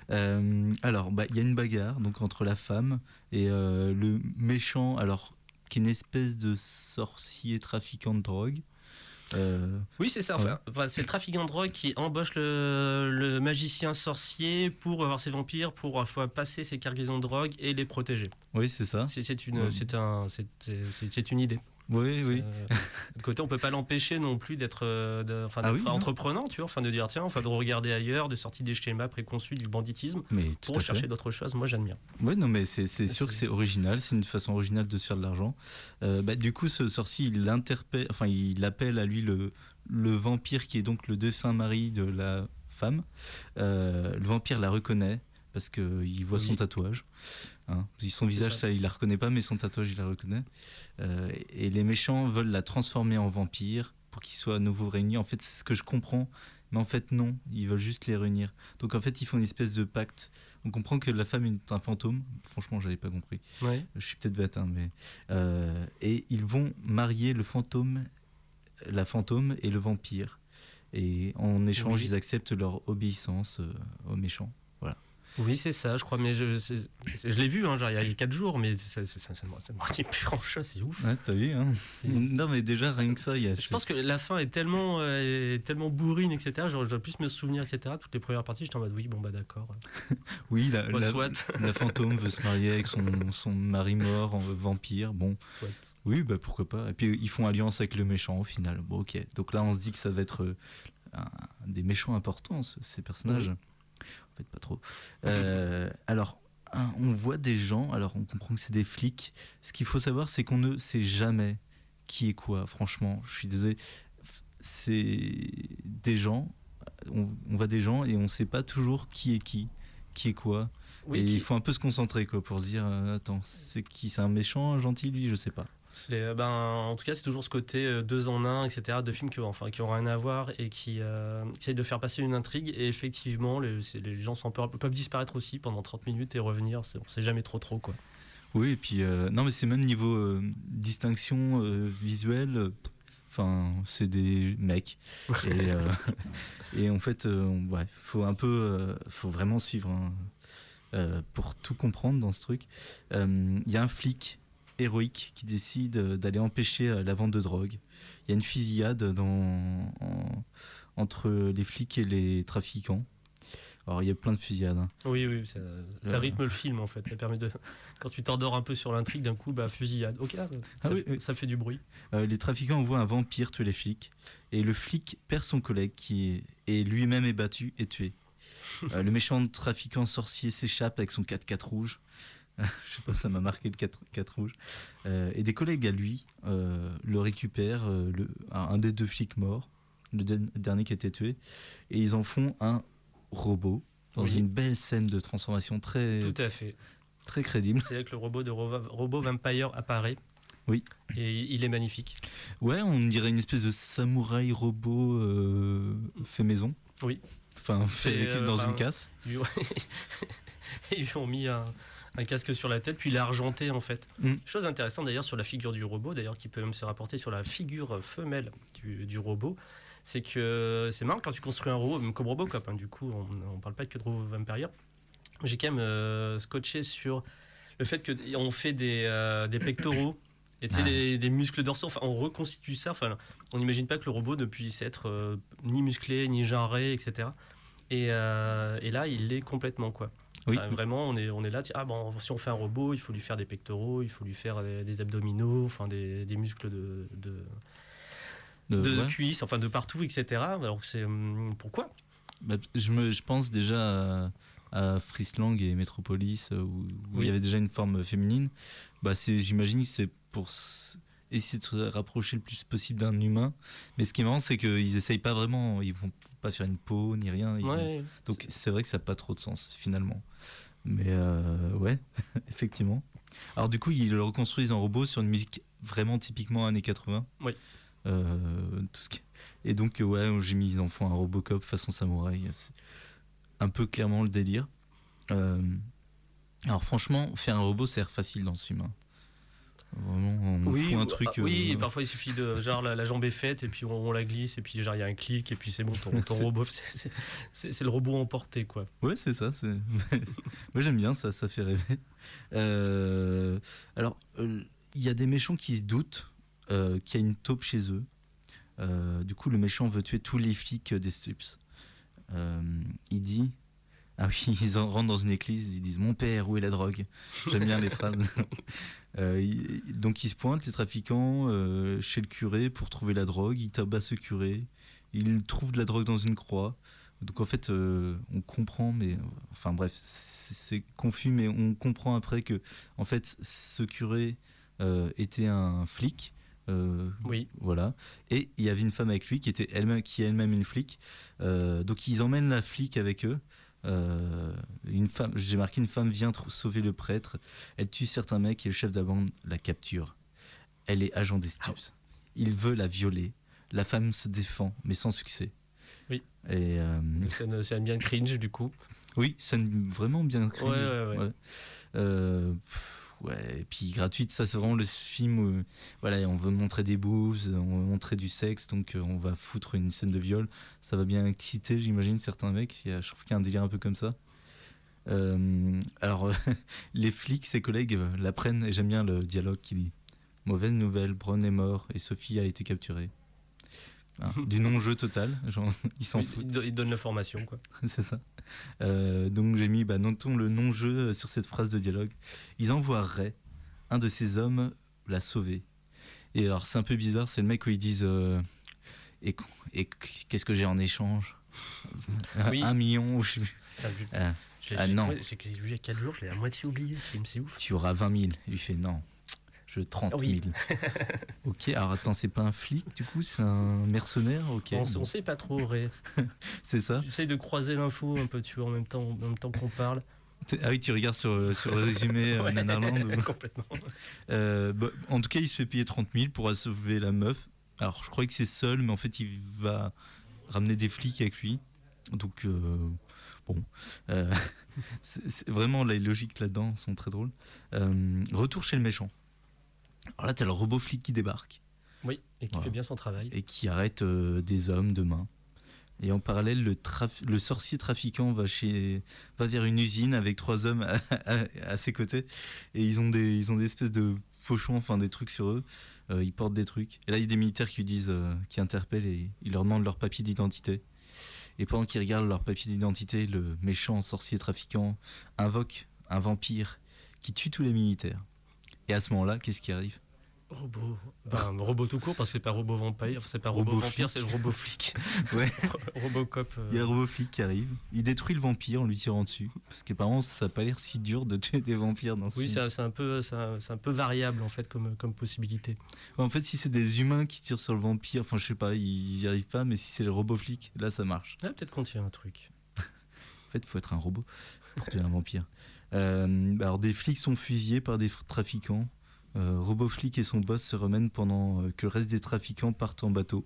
Euh, alors, bah, il y a une bagarre donc entre la femme et euh, le méchant, alors qui est une espèce de sorcier trafiquant de drogue. Euh, Oui, c'est ça. Enfin, enfin, c'est le trafiquant de drogue qui embauche le, le magicien sorcier pour avoir ses vampires, pour à la fois passer ses cargaisons de drogue et les protéger. oui, c'est ça. C'est, c'est, une, Ouais. c'est, un, c'est, c'est, c'est une idée. Oui, oui. C'est, euh, de côté, on peut pas l'empêcher non plus d'être, euh, de, enfin, Ah d'être oui, non. entreprenant, tu vois, enfin, de dire tiens, enfin, de regarder ailleurs, de sortir des schémas préconçus du banditisme Mais tout pour à chercher fait. d'autres choses. Moi, j'admire. Oui, non, mais c'est, c'est sûr C'est- que c'est original, c'est une façon originale de se faire de l'argent. Euh, bah, du coup, ce sorcier, il interpelle, enfin, il appelle à lui le, le vampire qui est donc le défunt mari de la femme. Euh, le vampire la reconnaît parce qu'il voit Oui. son tatouage. Hein. Son visage, ça. ça. il la reconnaît pas, mais son tatouage, il la reconnaît. Euh, et les méchants veulent la transformer en vampire pour qu'ils soient à nouveau réunis. En fait, c'est ce que je comprends. Mais en fait, non, ils veulent juste les réunir. Donc en fait, ils font une espèce de pacte. On comprend que la femme est un fantôme. Franchement, j'avais pas compris. Ouais. Je suis peut-être bête, hein, mais euh, et ils vont marier le fantôme, la fantôme et le vampire. Et en échange, Oui. ils acceptent leur obéissance euh, aux méchants. Voilà. Oui, c'est ça, je crois. Mais je, c'est- c'est- je l'ai vu, hein, genre, il y a quatre jours, mais ça, ça, ça, ça, me- ça me dit plus grand-chose, c'est ouf. Ouais, t'as vu, hein. C'est- Non, mais déjà rien que ça, il y a. Je pense que la fin est tellement, euh, est tellement bourrine, et cetera. Genre, je dois plus me souvenir, et cetera. Toutes les premières parties, j'étais en mode oui, bon bah d'accord. Oui, la, Bah, la, soit. la fantôme veut se marier avec son, son mari mort en vampire. Bon, Soit. oui, bah pourquoi pas. Et puis ils font alliance avec le méchant au final. Bon, ok. Donc là, on se dit que ça va être euh, un, des méchants importants, ce- ces personnages. Oui. En fait, pas trop. Euh, alors, un, on voit des gens. Alors, on comprend que c'est des flics. Ce qu'il faut savoir, c'est qu'on ne sait jamais qui est quoi. Franchement, je suis désolé. C'est des gens. On, on voit des gens et on ne sait pas toujours qui est qui, qui est quoi. Oui, et qui- il faut un peu se concentrer quoi pour se dire euh, attends, c'est qui, c'est un méchant, un gentil lui, je sais pas. c'est, euh, ben, en tout cas, c'est toujours ce côté euh, deux en un, et cetera. De films qui, enfin, qui ont rien à voir et qui euh, essayent de faire passer une intrigue. Et effectivement, les, c'est- les gens sont peur, peuvent disparaître aussi pendant trente minutes et revenir. C'est, on sait jamais trop trop quoi. Oui, et puis euh, non mais c'est même niveau euh, distinction euh, visuelle. euh, Enfin, c'est des mecs. Et, euh, et en fait, euh, on- ouais, faut un peu, euh, faut vraiment suivre hein, euh, pour tout comprendre dans ce truc. Il y a un flic héroïque qui décide euh, d'aller empêcher euh, la vente de drogue. Il y a une fusillade dans, en- entre les flics et les trafiquants. Alors, il y a plein de fusillades. hein. Oui, oui, ça, ça Euh. rythme le film en fait. Ça permet de, quand tu t'endors un peu sur l'intrigue, d'un coup, bah fusillade. Ok, ça, Ah oui, fait, oui. ça fait du bruit. Euh, les trafiquants envoient un vampire tuer les flics. Et le flic perd son collègue qui est, et lui-même est battu et tué. Euh, le méchant trafiquant sorcier s'échappe avec son quatre-quatre rouge. Je sais pas, ça m'a marqué le quatre-quatre rouge. Euh, et des collègues à lui euh, le récupèrent, euh, le, un, un des deux flics morts, le de- dernier qui a été tué. Et ils en font un robot dans Oui. une belle scène de transformation très, Tout à fait. très crédible. C'est là que le robot de Robo, Robo Vampire apparaît. Oui. Et il est magnifique. Ouais, on dirait une espèce de samouraï robot euh, fait maison. Oui. Enfin, fait C'est, avec- euh, dans ben, une casse. Ils lui- ils lui ont mis un, un casque sur la tête, puis il est argenté en fait. Mm. Chose intéressante d'ailleurs sur la figure du robot, d'ailleurs qui peut même se rapporter sur la figure femelle du, du robot, c'est que c'est marrant quand tu construis un robot, même comme Robocop, hein, du coup on ne parle pas que de Robot Vampire. J'ai quand même euh, scotché sur le fait qu'on fait des, euh, des pectoraux Et tu sais, Ah. des, des muscles dorsaux, enfin, on reconstitue ça. Enfin, on n'imagine pas que le robot ne puisse être euh, ni musclé, ni genré, et cetera. Et, euh, et là, il l'est complètement, quoi. Oui. Enfin, vraiment, on est, on est là, tiens, ah bon, si on fait un robot, il faut lui faire des pectoraux, il faut lui faire des, des abdominaux, enfin des, des muscles de, de, De- de ouais. cuisses, enfin de partout, et cetera. Alors c'est hum, pourquoi Bah, je, me, je pense déjà à, à Frieslang et Metropolis, euh, où, où Oui. il y avait déjà une forme féminine. Bah, c'est, j'imagine que c'est pour s- essayer de se rapprocher le plus possible d'un humain. Mais ce qui est marrant, c'est qu'ils essayent pas vraiment, ils vont pas faire une peau ni rien. ils vont- Ouais, Donc c'est vrai que ça n'a pas trop de sens finalement. Mais euh, ouais, effectivement. Alors du coup, ils le reconstruisent en robot sur une musique vraiment typiquement années quatre-vingts. Oui. Euh, tout ce qui... Et donc euh, ouais, j'ai mis, ils en font un Robocop façon samouraï. C'est un peu clairement le délire. Euh, Alors franchement, faire un robot, c'est facile dans ce film. hein. Vraiment, on oui, fout un ou- truc. ah, oui, euh, et parfois il suffit de genre la, la jambe est faite et puis on, on la glisse et puis genre il y a un clic et puis c'est bon, ton, ton C'est- robot, c'est- c'est c'est- c'est le robot emporté, quoi. Ouais, c'est ça. C'est... Moi, j'aime bien ça, ça fait rêver. Euh, Alors, euh, il y a des méchants qui se doutent euh, qu'il y a une taupe chez eux. Euh, du coup, le méchant veut tuer tous les flics des Stups. Euh, il dit... Ah oui, ils en rentrent dans une église, ils disent « Mon père, où est la drogue ?» J'aime bien les phrases. Euh, il- donc, ils se pointent, les trafiquants, euh, chez le curé pour trouver la drogue. Ils tabassent ce curé. Ils trouvent de la drogue dans une croix. Donc en fait, euh, on comprend, mais enfin bref, c'est, c'est confus, mais on comprend après que en fait, ce curé euh, était un flic. euh, Oui. Voilà. Et il y avait une femme avec lui qui était elle-même, qui est elle-même une flic. Euh, donc ils emmènent la flic avec eux. Euh, une femme, j'ai marqué une femme vient tr- sauver le prêtre. Elle tue certains mecs et le chef de la bande la capture. Elle est agent des Stups. Il veut la violer. La femme se défend, mais sans succès. Oui. Et euh, C'est une, c'est une bien cringe du coup. oui, c'est vraiment bien cringe. Ouais, ouais, ouais. Euh, pff, ouais, et puis gratuite, ça c'est vraiment le film où voilà, on veut montrer des boobs, on veut montrer du sexe, donc euh, on va foutre une scène de viol. Ça va bien exciter, j'imagine, certains mecs. Il y a- je trouve qu'il y a un délire un peu comme ça. Euh, alors, les flics, ses collègues, euh, l'apprennent et j'aime bien le dialogue qui dit « Mauvaise nouvelle, Bron est mort et Sophie a été capturée. » Hein, du non-jeu total, genre, ils s'en Il, foutent. il do- il donne l'information, quoi. C'est ça. Euh, donc j'ai mis, bah, notons le non-jeu sur cette phrase de dialogue. Ils envoient Ray, un de ces hommes, la sauver. Et alors c'est un peu bizarre, c'est le mec où ils disent euh, et, et qu'est-ce que j'ai en échange Oui. Un million, ou je sais plus. T'as vu Ah, Je l'ai- Ah, j'ai non. trouvé- j'ai- j'ai vu il y a quatre jours, je l'ai à moitié oublié ce film, c'est ouf. tu auras vingt mille. Il lui fait non, je veux trente Oui. mille. Ok, alors attends, c'est pas un flic du coup, c'est un mercenaire. Ok, on, bon, on sait pas trop, Ray. c'est ça. J'essaye de croiser l'info un peu, tu vois, en même temps, en même temps qu'on parle. Ah oui, tu regardes sur, sur le résumé euh, Ouais, Nanarland. ou- complètement. Euh, bah, en tout cas, il se fait payer trente mille pour sauver la meuf. Alors, je croyais que c'est seul, mais en fait, il va ramener des flics avec lui. Donc, euh, bon. Euh, c'est, c'est vraiment, les logiques là-dedans sont très drôles. Euh, retour chez le méchant. Alors là, t'as le robot flic qui débarque Oui, et qui Voilà. fait bien son travail. et qui arrête euh, des hommes de main. Et en parallèle, le, traf- le sorcier trafiquant va, chez, va vers une usine avec trois hommes à, à- à ses côtés. Et ils ont des, ils ont des espèces de pochons, enfin des trucs sur eux. Euh, ils portent des trucs. Et là, il y a des militaires qui lui disent, euh, qui interpellent et ils leur demandent leur papier d'identité. Et pendant qu'ils regardent leur papier d'identité, le méchant sorcier trafiquant invoque un vampire qui tue tous les militaires. Et à ce moment-là, qu'est-ce qui arrive ? Robot. Ben, robot tout court, parce que c'est pas robot vampire, enfin, c'est pas robot, Robot vampire, flic. c'est le robot flic. Ouais. Robocop. euh, Il y a le robot flic qui arrive. Il détruit le vampire en lui tirant dessus. Parce qu'apparemment, ça n'a pas l'air si dur de tuer des vampires dans ce Oui, film. c'est c'est un peu, c'est un, c'est un peu variable en fait comme, comme possibilité. En fait, si c'est des humains qui tirent sur le vampire, enfin, je sais pas, ils n'y arrivent pas, mais si c'est le robot flic, là, ça marche. Ah, peut-être qu'on tient un truc. En fait, il faut être un robot pour tuer un vampire. Euh, alors, des flics sont fusillés par des trafiquants. Euh, Robot flic et son boss se remènent pendant euh, que le reste des trafiquants partent en bateau.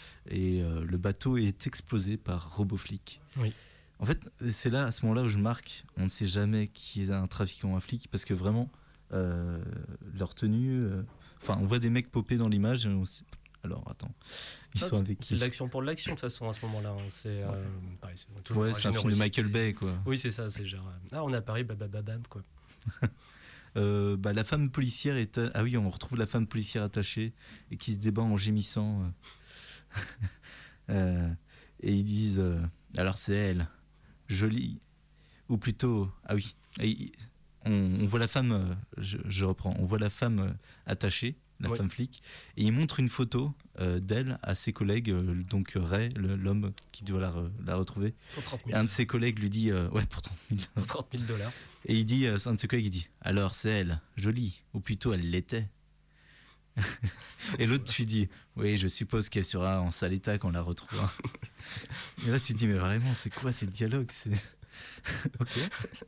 Et euh, le bateau est explosé par Robot flic. Oui. En fait, c'est là, à ce moment-là, où je marque, on ne sait jamais qui est un trafiquant ou un flic, parce que vraiment, euh, leur tenue... euh, Enfin, on voit des mecs popper dans l'image, et on sait- alors attends, ils Ah, sont avec C'est qui? de l'action pour de l'action de toute façon à ce moment-là. hein. C'est euh, pareil, c'est toujours Ouais, la c'est un film de générosité. Michael Bay, quoi. Oui, c'est ça, c'est genre. euh, Ah, on est à Paris, babababam, quoi. Euh, bah, la femme policière est... Ah oui, on retrouve la femme policière attachée et qui se débat en gémissant. euh. Euh, et ils disent euh, alors c'est elle, jolie, ou plutôt ah oui, et on, on voit la femme, euh, je, je reprends, on voit la femme euh, attachée, la Oui. femme flic, et il montre une photo euh, d'elle à ses collègues, euh, donc Ray, le- l'homme qui doit la, re- la retrouver. Pour trente Et mille, un de ses collègues lui dit euh, ouais pour trente mille. pour trente mille dollars. Et il dit, euh, un de ses collègues il dit alors c'est elle, jolie, ou plutôt elle l'était. Et l'autre tu dis oui je suppose qu'elle sera en sale état quand on la retrouvera. Et là tu te dis mais vraiment c'est quoi ces dialogues, c'est... Ok.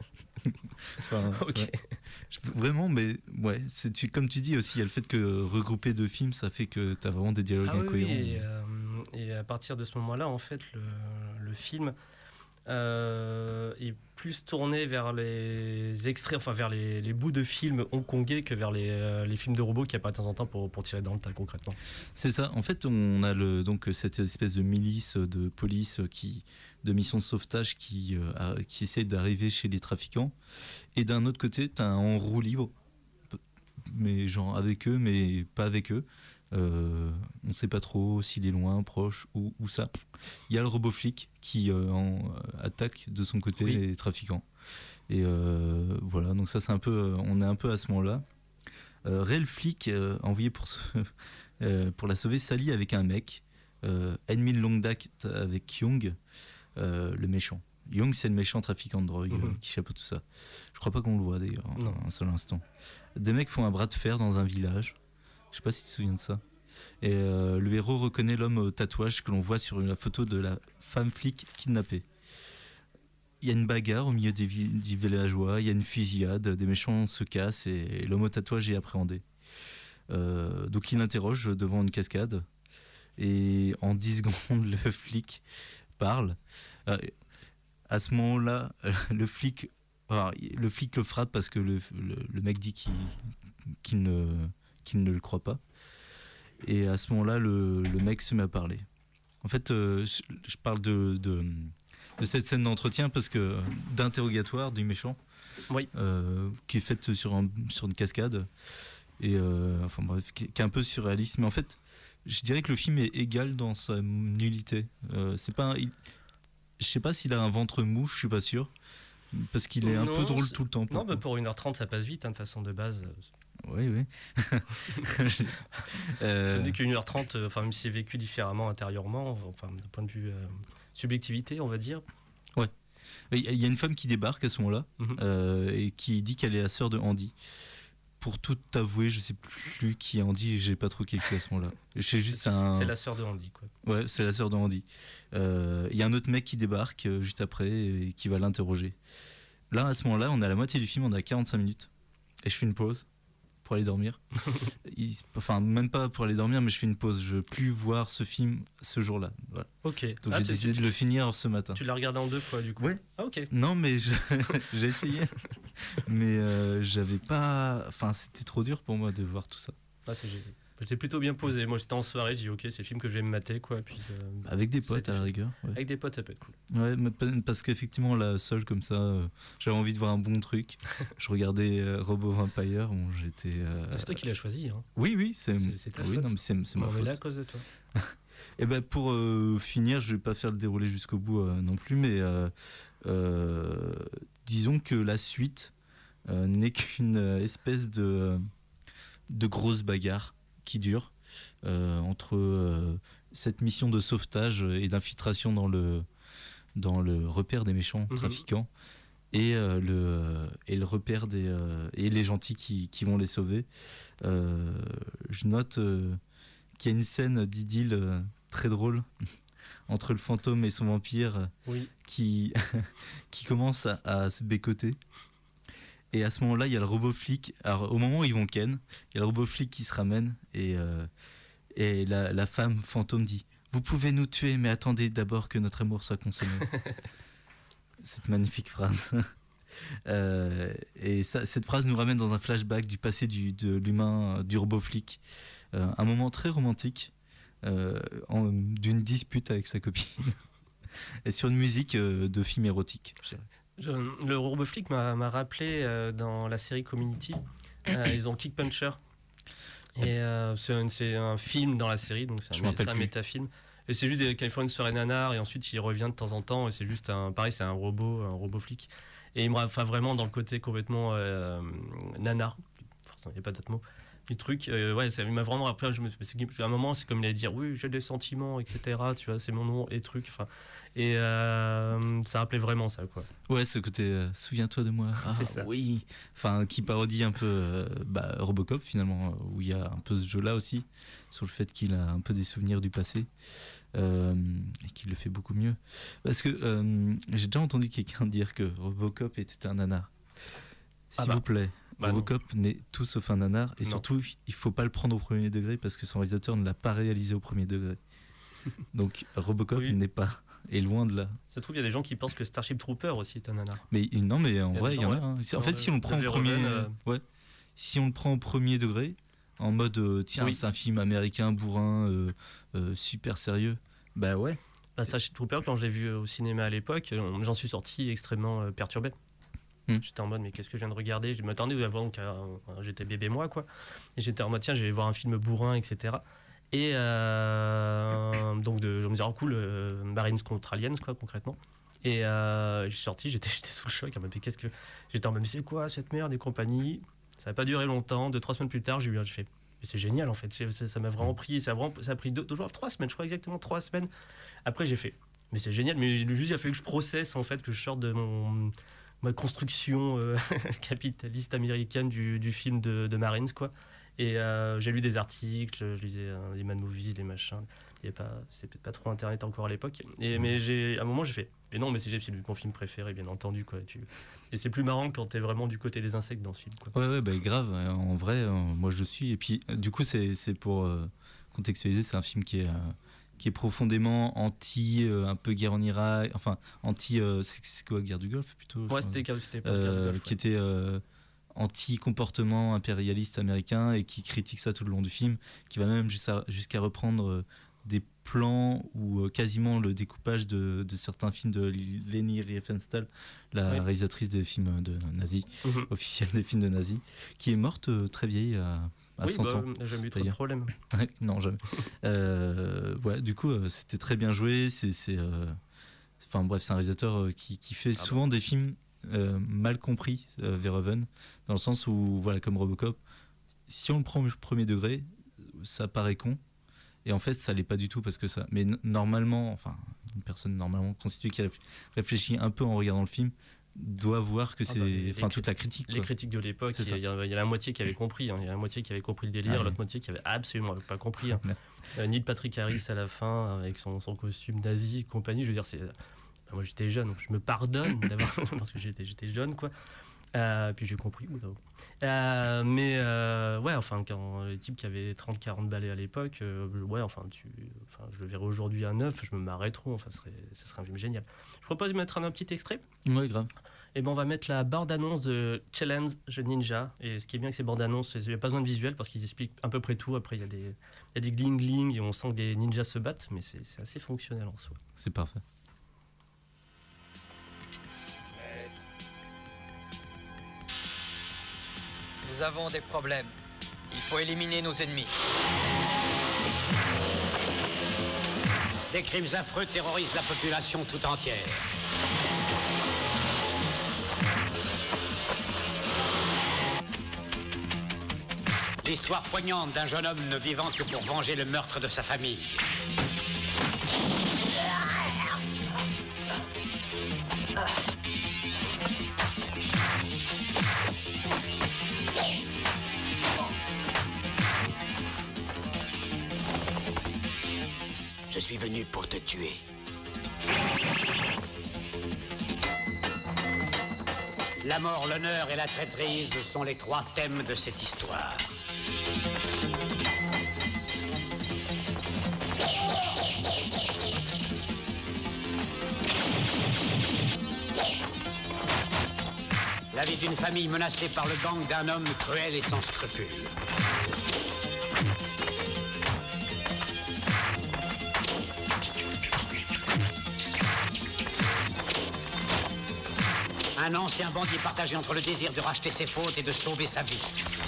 Enfin, Ok. ouais. Je- vraiment mais ouais c'est tu, comme tu dis aussi il y a le fait que regrouper deux films ça fait que t'as vraiment des dialogues Ah oui, oui, incohérents. et, euh, et à partir de ce moment-là, en fait, le, le film euh, est plus tourné vers les extraits, enfin vers les, les bouts de films hongkongais que vers les, euh, les films de robots qui apparaissent de temps en temps pour, pour tirer dans le tas concrètement. C'est ça. En fait, on a le, donc cette espèce de milice de police qui, de mission de sauvetage qui, euh, a- qui essaie d'arriver chez les trafiquants. Et d'un autre côté, tu as un en roue libre, mais genre avec eux, mais pas avec eux. Euh, on ne sait pas trop s'il est loin, proche ou, ou ça. Il y a le robot flic qui euh, en, euh, attaque de son côté Oui. les trafiquants. Et euh, voilà, donc ça c'est un peu, euh, on est un peu à ce moment-là. Euh, Ray, le flic euh, envoyé pour, se- euh, pour la sauver s'allie avec un mec, euh, ennemi de longue date avec Young, euh, le méchant. Young c'est le méchant trafiquant de drogue euh, Mhm. qui chapeaute tout ça. Je crois pas qu'on le voit d'ailleurs, Non. un seul instant. Des mecs font un bras de fer dans un village. Je sais pas si tu te souviens de ça. Et euh, le héros reconnaît l'homme au tatouage que l'on voit sur la photo de la femme flic kidnappée. Il y a une bagarre au milieu des, vi- des villageois, il y a une fusillade, des méchants se cassent et, et l'homme au tatouage est appréhendé. Euh, donc il l'interroge devant une cascade et en dix secondes le flic parle. Euh, à ce moment-là, euh, le flic, alors, le flic le frappe parce que le, le, le mec dit qu'il qu'il ne, qu'il ne le croit pas. Et à ce moment-là, le, le mec se met à parler. En fait, euh, je, je parle de, de, de cette scène d'entretien parce que d'interrogatoire du méchant, Oui. euh, qui est faite sur, un, sur une cascade et euh, enfin bref, qui, qui est un peu surréaliste. Mais en fait, je dirais que le film est égal dans sa nullité. Euh, c'est pas, un- il- je sais pas s'il a un ventre mou, je suis pas sûr, parce qu'il est un Non, peu drôle c'est- tout le temps. pour Non, le bah coup. pour une heure trente, ça passe vite, hein, de façon de base. Oui, oui. Euh, Ce n'est qu'une heure trente, euh, enfin, même si c'est vécu différemment intérieurement, enfin, d'un point de vue euh, subjectivité, on va dire. Il y a une femme qui débarque à ce moment-là Mhm. euh, et qui dit qu'elle est la sœur de Andy. Pour tout avouer, je sais plus qui est Andy, j'ai pas trop calculé à ce moment-là. Je sais juste c'est un. C'est la sœur de Andy, quoi. Ouais, c'est la sœur de Andy. Euh, Il y a un autre mec qui débarque euh, juste après et qui va l'interroger. Là, à ce moment-là, on est à la moitié du film, on a quarante-cinq minutes. Et je fais une pause pour aller dormir. Il- enfin, même pas pour aller dormir, mais je fais une pause. Je veux plus voir ce film ce jour-là. Voilà. Ok. Donc Ah, j'ai tu- décidé tu- de le finir ce matin. Tu l'as regardé en deux fois, du coup. Ouais. Ah, ok. Non, mais je- j'ai essayé. Mais euh, j'avais pas. Enfin, c'était trop dur pour moi de voir tout ça. Ah, c'est- J'étais plutôt bien posé. Moi, j'étais en soirée, j'ai dit, ok, c'est le film que je vais me mater, quoi. Puis, euh, Avec des Ça a potes été à la fait. rigueur. Ouais. avec des potes, ça peut être cool. Ouais, mais pa- parce qu'effectivement, là, seul comme ça, euh, j'avais envie de voir un bon truc. Je regardais euh, Robo Vampire, bon, j'étais. euh, Ah, c'est toi qui l'as choisi, hein. Oui, oui, c'est. C'est- c'est ta oui, faute. non, mais c'est c'est ma On est là à faute. cause de toi. Et ben pour euh, finir, je vais pas faire le déroulé jusqu'au bout euh, non plus, mais euh, euh, disons que la suite euh, n'est qu'une euh, espèce de de grosse bagarre qui dure euh, entre euh, cette mission de sauvetage et d'infiltration dans le dans le repère des méchants Mhm. trafiquants et euh, le et le repère des euh, et les gentils qui, qui vont les sauver. Euh, je note euh, qu'il y a une scène d'idylle euh, très drôle entre le fantôme et son vampire euh, Oui. qui qui commence à, à se bécoter. Et à ce moment-là, il y a le robot flic. Alors, au moment où ils vont ken, il y a le robot flic qui se ramène et, euh, et la, la femme fantôme dit « Vous pouvez nous tuer, mais attendez d'abord que notre amour soit consommé. » Cette magnifique phrase. Euh, et ça, cette phrase nous ramène dans un flashback du passé du, de l'humain, du robot flic. Euh, un moment très romantique euh, en- d'une dispute avec sa copine. Et sur une musique euh, de film érotique, je dirais. Je, le RoboFlick m'a, m'a rappelé euh, dans la série Community, euh, ils ont Kick Puncher. Et euh, c'est, un, c'est un film dans la série, donc c'est un, c'est un métafilm. Et c'est juste qu'ils font une soirée nanar et ensuite il revient de temps en temps et c'est juste un, pareil, c'est un robot, un robot flic. Et il me enfin vraiment dans le côté complètement euh, nanar. Forcément, il n'y a pas d'autre mot. Du truc, euh, ouais, ça m'a vraiment rappelé. Je me, c'est, à un moment, c'est comme il allait dire, oui, j'ai des sentiments, et cetera. Tu vois, c'est mon nom et truc. Enfin, et euh, ça rappelait vraiment ça, quoi. Ouais, ce côté, euh, souviens-toi de moi. Ah, c'est ça. Oui. Enfin, qui parodie un peu euh, bah, Robocop finalement, où il y a un peu ce jeu-là aussi, sur le fait qu'il a un peu des souvenirs du passé. Euh, et qu'il le fait beaucoup mieux. Parce que euh, j'ai déjà entendu quelqu'un dire que Robocop était un nanar. S'il ah bah. vous plaît, bah Robocop non. n'est tout sauf un nanar. Et non. surtout, il faut pas le prendre au premier degré parce que son réalisateur ne l'a pas réalisé au premier degré. Donc Robocop, oui. il n'est pas. Et loin de là. Ça se trouve, il y a des gens qui pensent que Starship Trooper aussi est un nanar. Mais non, mais en il vrai, il y en a. Hein. En fait, si on le prend au premier, euh... ouais, si on le prend au premier degré. En mode, euh, tiens, oui. c'est un film américain, bourrin, euh, euh, super sérieux. Bah ouais. Bah, Starship Trooper, quand je l'ai vu au cinéma à l'époque, j'en suis sorti extrêmement euh, perturbé. Mm. J'étais en mode, mais qu'est-ce que je viens de regarder ? Je m'attendais avant, donc, euh, j'étais bébé moi, quoi. Et j'étais en mode, tiens, je vais voir un film bourrin, et cetera. Et euh, donc, de, je me disais, oh cool, euh, Marines contre Aliens, quoi, concrètement. Et euh, je suis sorti, j'étais, j'étais sous le choc. En mode, mais qu'est-ce que... J'étais en mode, mais c'est quoi cette merde et compagnie ? Ça n'a pas duré longtemps. Deux, trois semaines plus tard, j'ai eu un fait. Mais c'est génial en fait. C'est, ça m'a vraiment pris. Ça a, vraiment, ça a pris deux, deux, trois semaines, je crois exactement trois semaines. Après, j'ai fait. Mais c'est génial. Mais juste, il a fallu que je processe en fait, que je sorte de mon, ma construction euh, capitaliste américaine du, du film de, de Marines, quoi. Et euh, j'ai lu des articles, je lisais euh, les Mad Movies, les machins. Il y avait pas, c'était pas trop internet encore à l'époque. Et, mais j'ai, à un moment, j'ai fait. Mais non, mais c'est, c'est mon film préféré, bien entendu, quoi. Tu... Et c'est plus marrant quand t'es vraiment du côté des insectes dans ce film, quoi. Ouais, ouais, bah grave. En vrai, euh, moi je suis. Et puis, du coup, c'est, c'est pour euh, contextualiser, c'est un film qui est, euh, qui est profondément anti, euh, un peu guerre en Irak. Enfin, anti. Euh, c'est, c'est quoi, guerre du Golfe plutôt ? Ouais, c'était, c'était pas euh, guerre du Golfe. Qui ouais. était. Euh, anti-comportement impérialiste américain et qui critique ça tout le long du film, qui va même jusqu'à, jusqu'à reprendre euh, des plans ou euh, quasiment le découpage de, de certains films de Leni Riefenstahl, la oui. réalisatrice des films de nazis, mm-hmm. officielle des films de nazis, qui est morte euh, très vieille à, à oui, cent bah, ans. J'ai jamais eu trop de problème. Non, jamais. euh, ouais, du coup, euh, c'était très bien joué. C'est, c'est, euh, enfin bref, c'est un réalisateur euh, qui, qui fait ah souvent bon. des films Euh, mal compris, euh, Verhoeven, dans le sens où, voilà, comme Robocop, si on le prend au premier degré, ça paraît con, et en fait, ça l'est pas du tout parce que ça. Mais n- normalement, enfin, une personne normalement constituée qui réf- réfléchit un peu en regardant le film doit voir que c'est, ah bah, enfin, toute la critique. Les quoi. critiques de l'époque, il y, y a la moitié qui avait compris, il hein, y a la moitié qui avait compris le délire, ah, l'autre oui. moitié qui avait absolument pas compris. Hein. euh, Neil Patrick Harris à la fin avec son, son costume nazi et compagnie, je veux dire, c'est. Moi j'étais jeune, donc je me pardonne d'avoir parce que j'étais, j'étais jeune quoi. Euh, puis j'ai compris. Euh, mais euh, ouais, enfin quand les types qui avaient trente quarante balais à l'époque, euh, ouais, enfin tu, enfin je le verrais aujourd'hui à neuf, je me marrais trop. Enfin, ce serait, ce serait un film génial. Je propose de mettre un, un petit extrait. Ouais, grave. Et ben on va mettre la bande-annonce de Challenge Ninja. Et ce qui est bien avec ces bandes-annonces, il n'y a pas besoin de visuel parce qu'ils expliquent à peu près tout. Après il y a des, il y a des gling-gling et on sent que des ninjas se battent, mais c'est, c'est assez fonctionnel en soi. C'est parfait. Nous avons des problèmes. Il faut éliminer nos ennemis. Des crimes affreux terrorisent la population tout entière. L'histoire poignante d'un jeune homme ne vivant que pour venger le meurtre de sa famille. Je suis venu pour te tuer. La mort, l'honneur et la traîtrise sont les trois thèmes de cette histoire. La vie d'une famille menacée par le gang d'un homme cruel et sans scrupules. Un ancien bandit partagé entre le désir de racheter ses fautes et de sauver sa vie.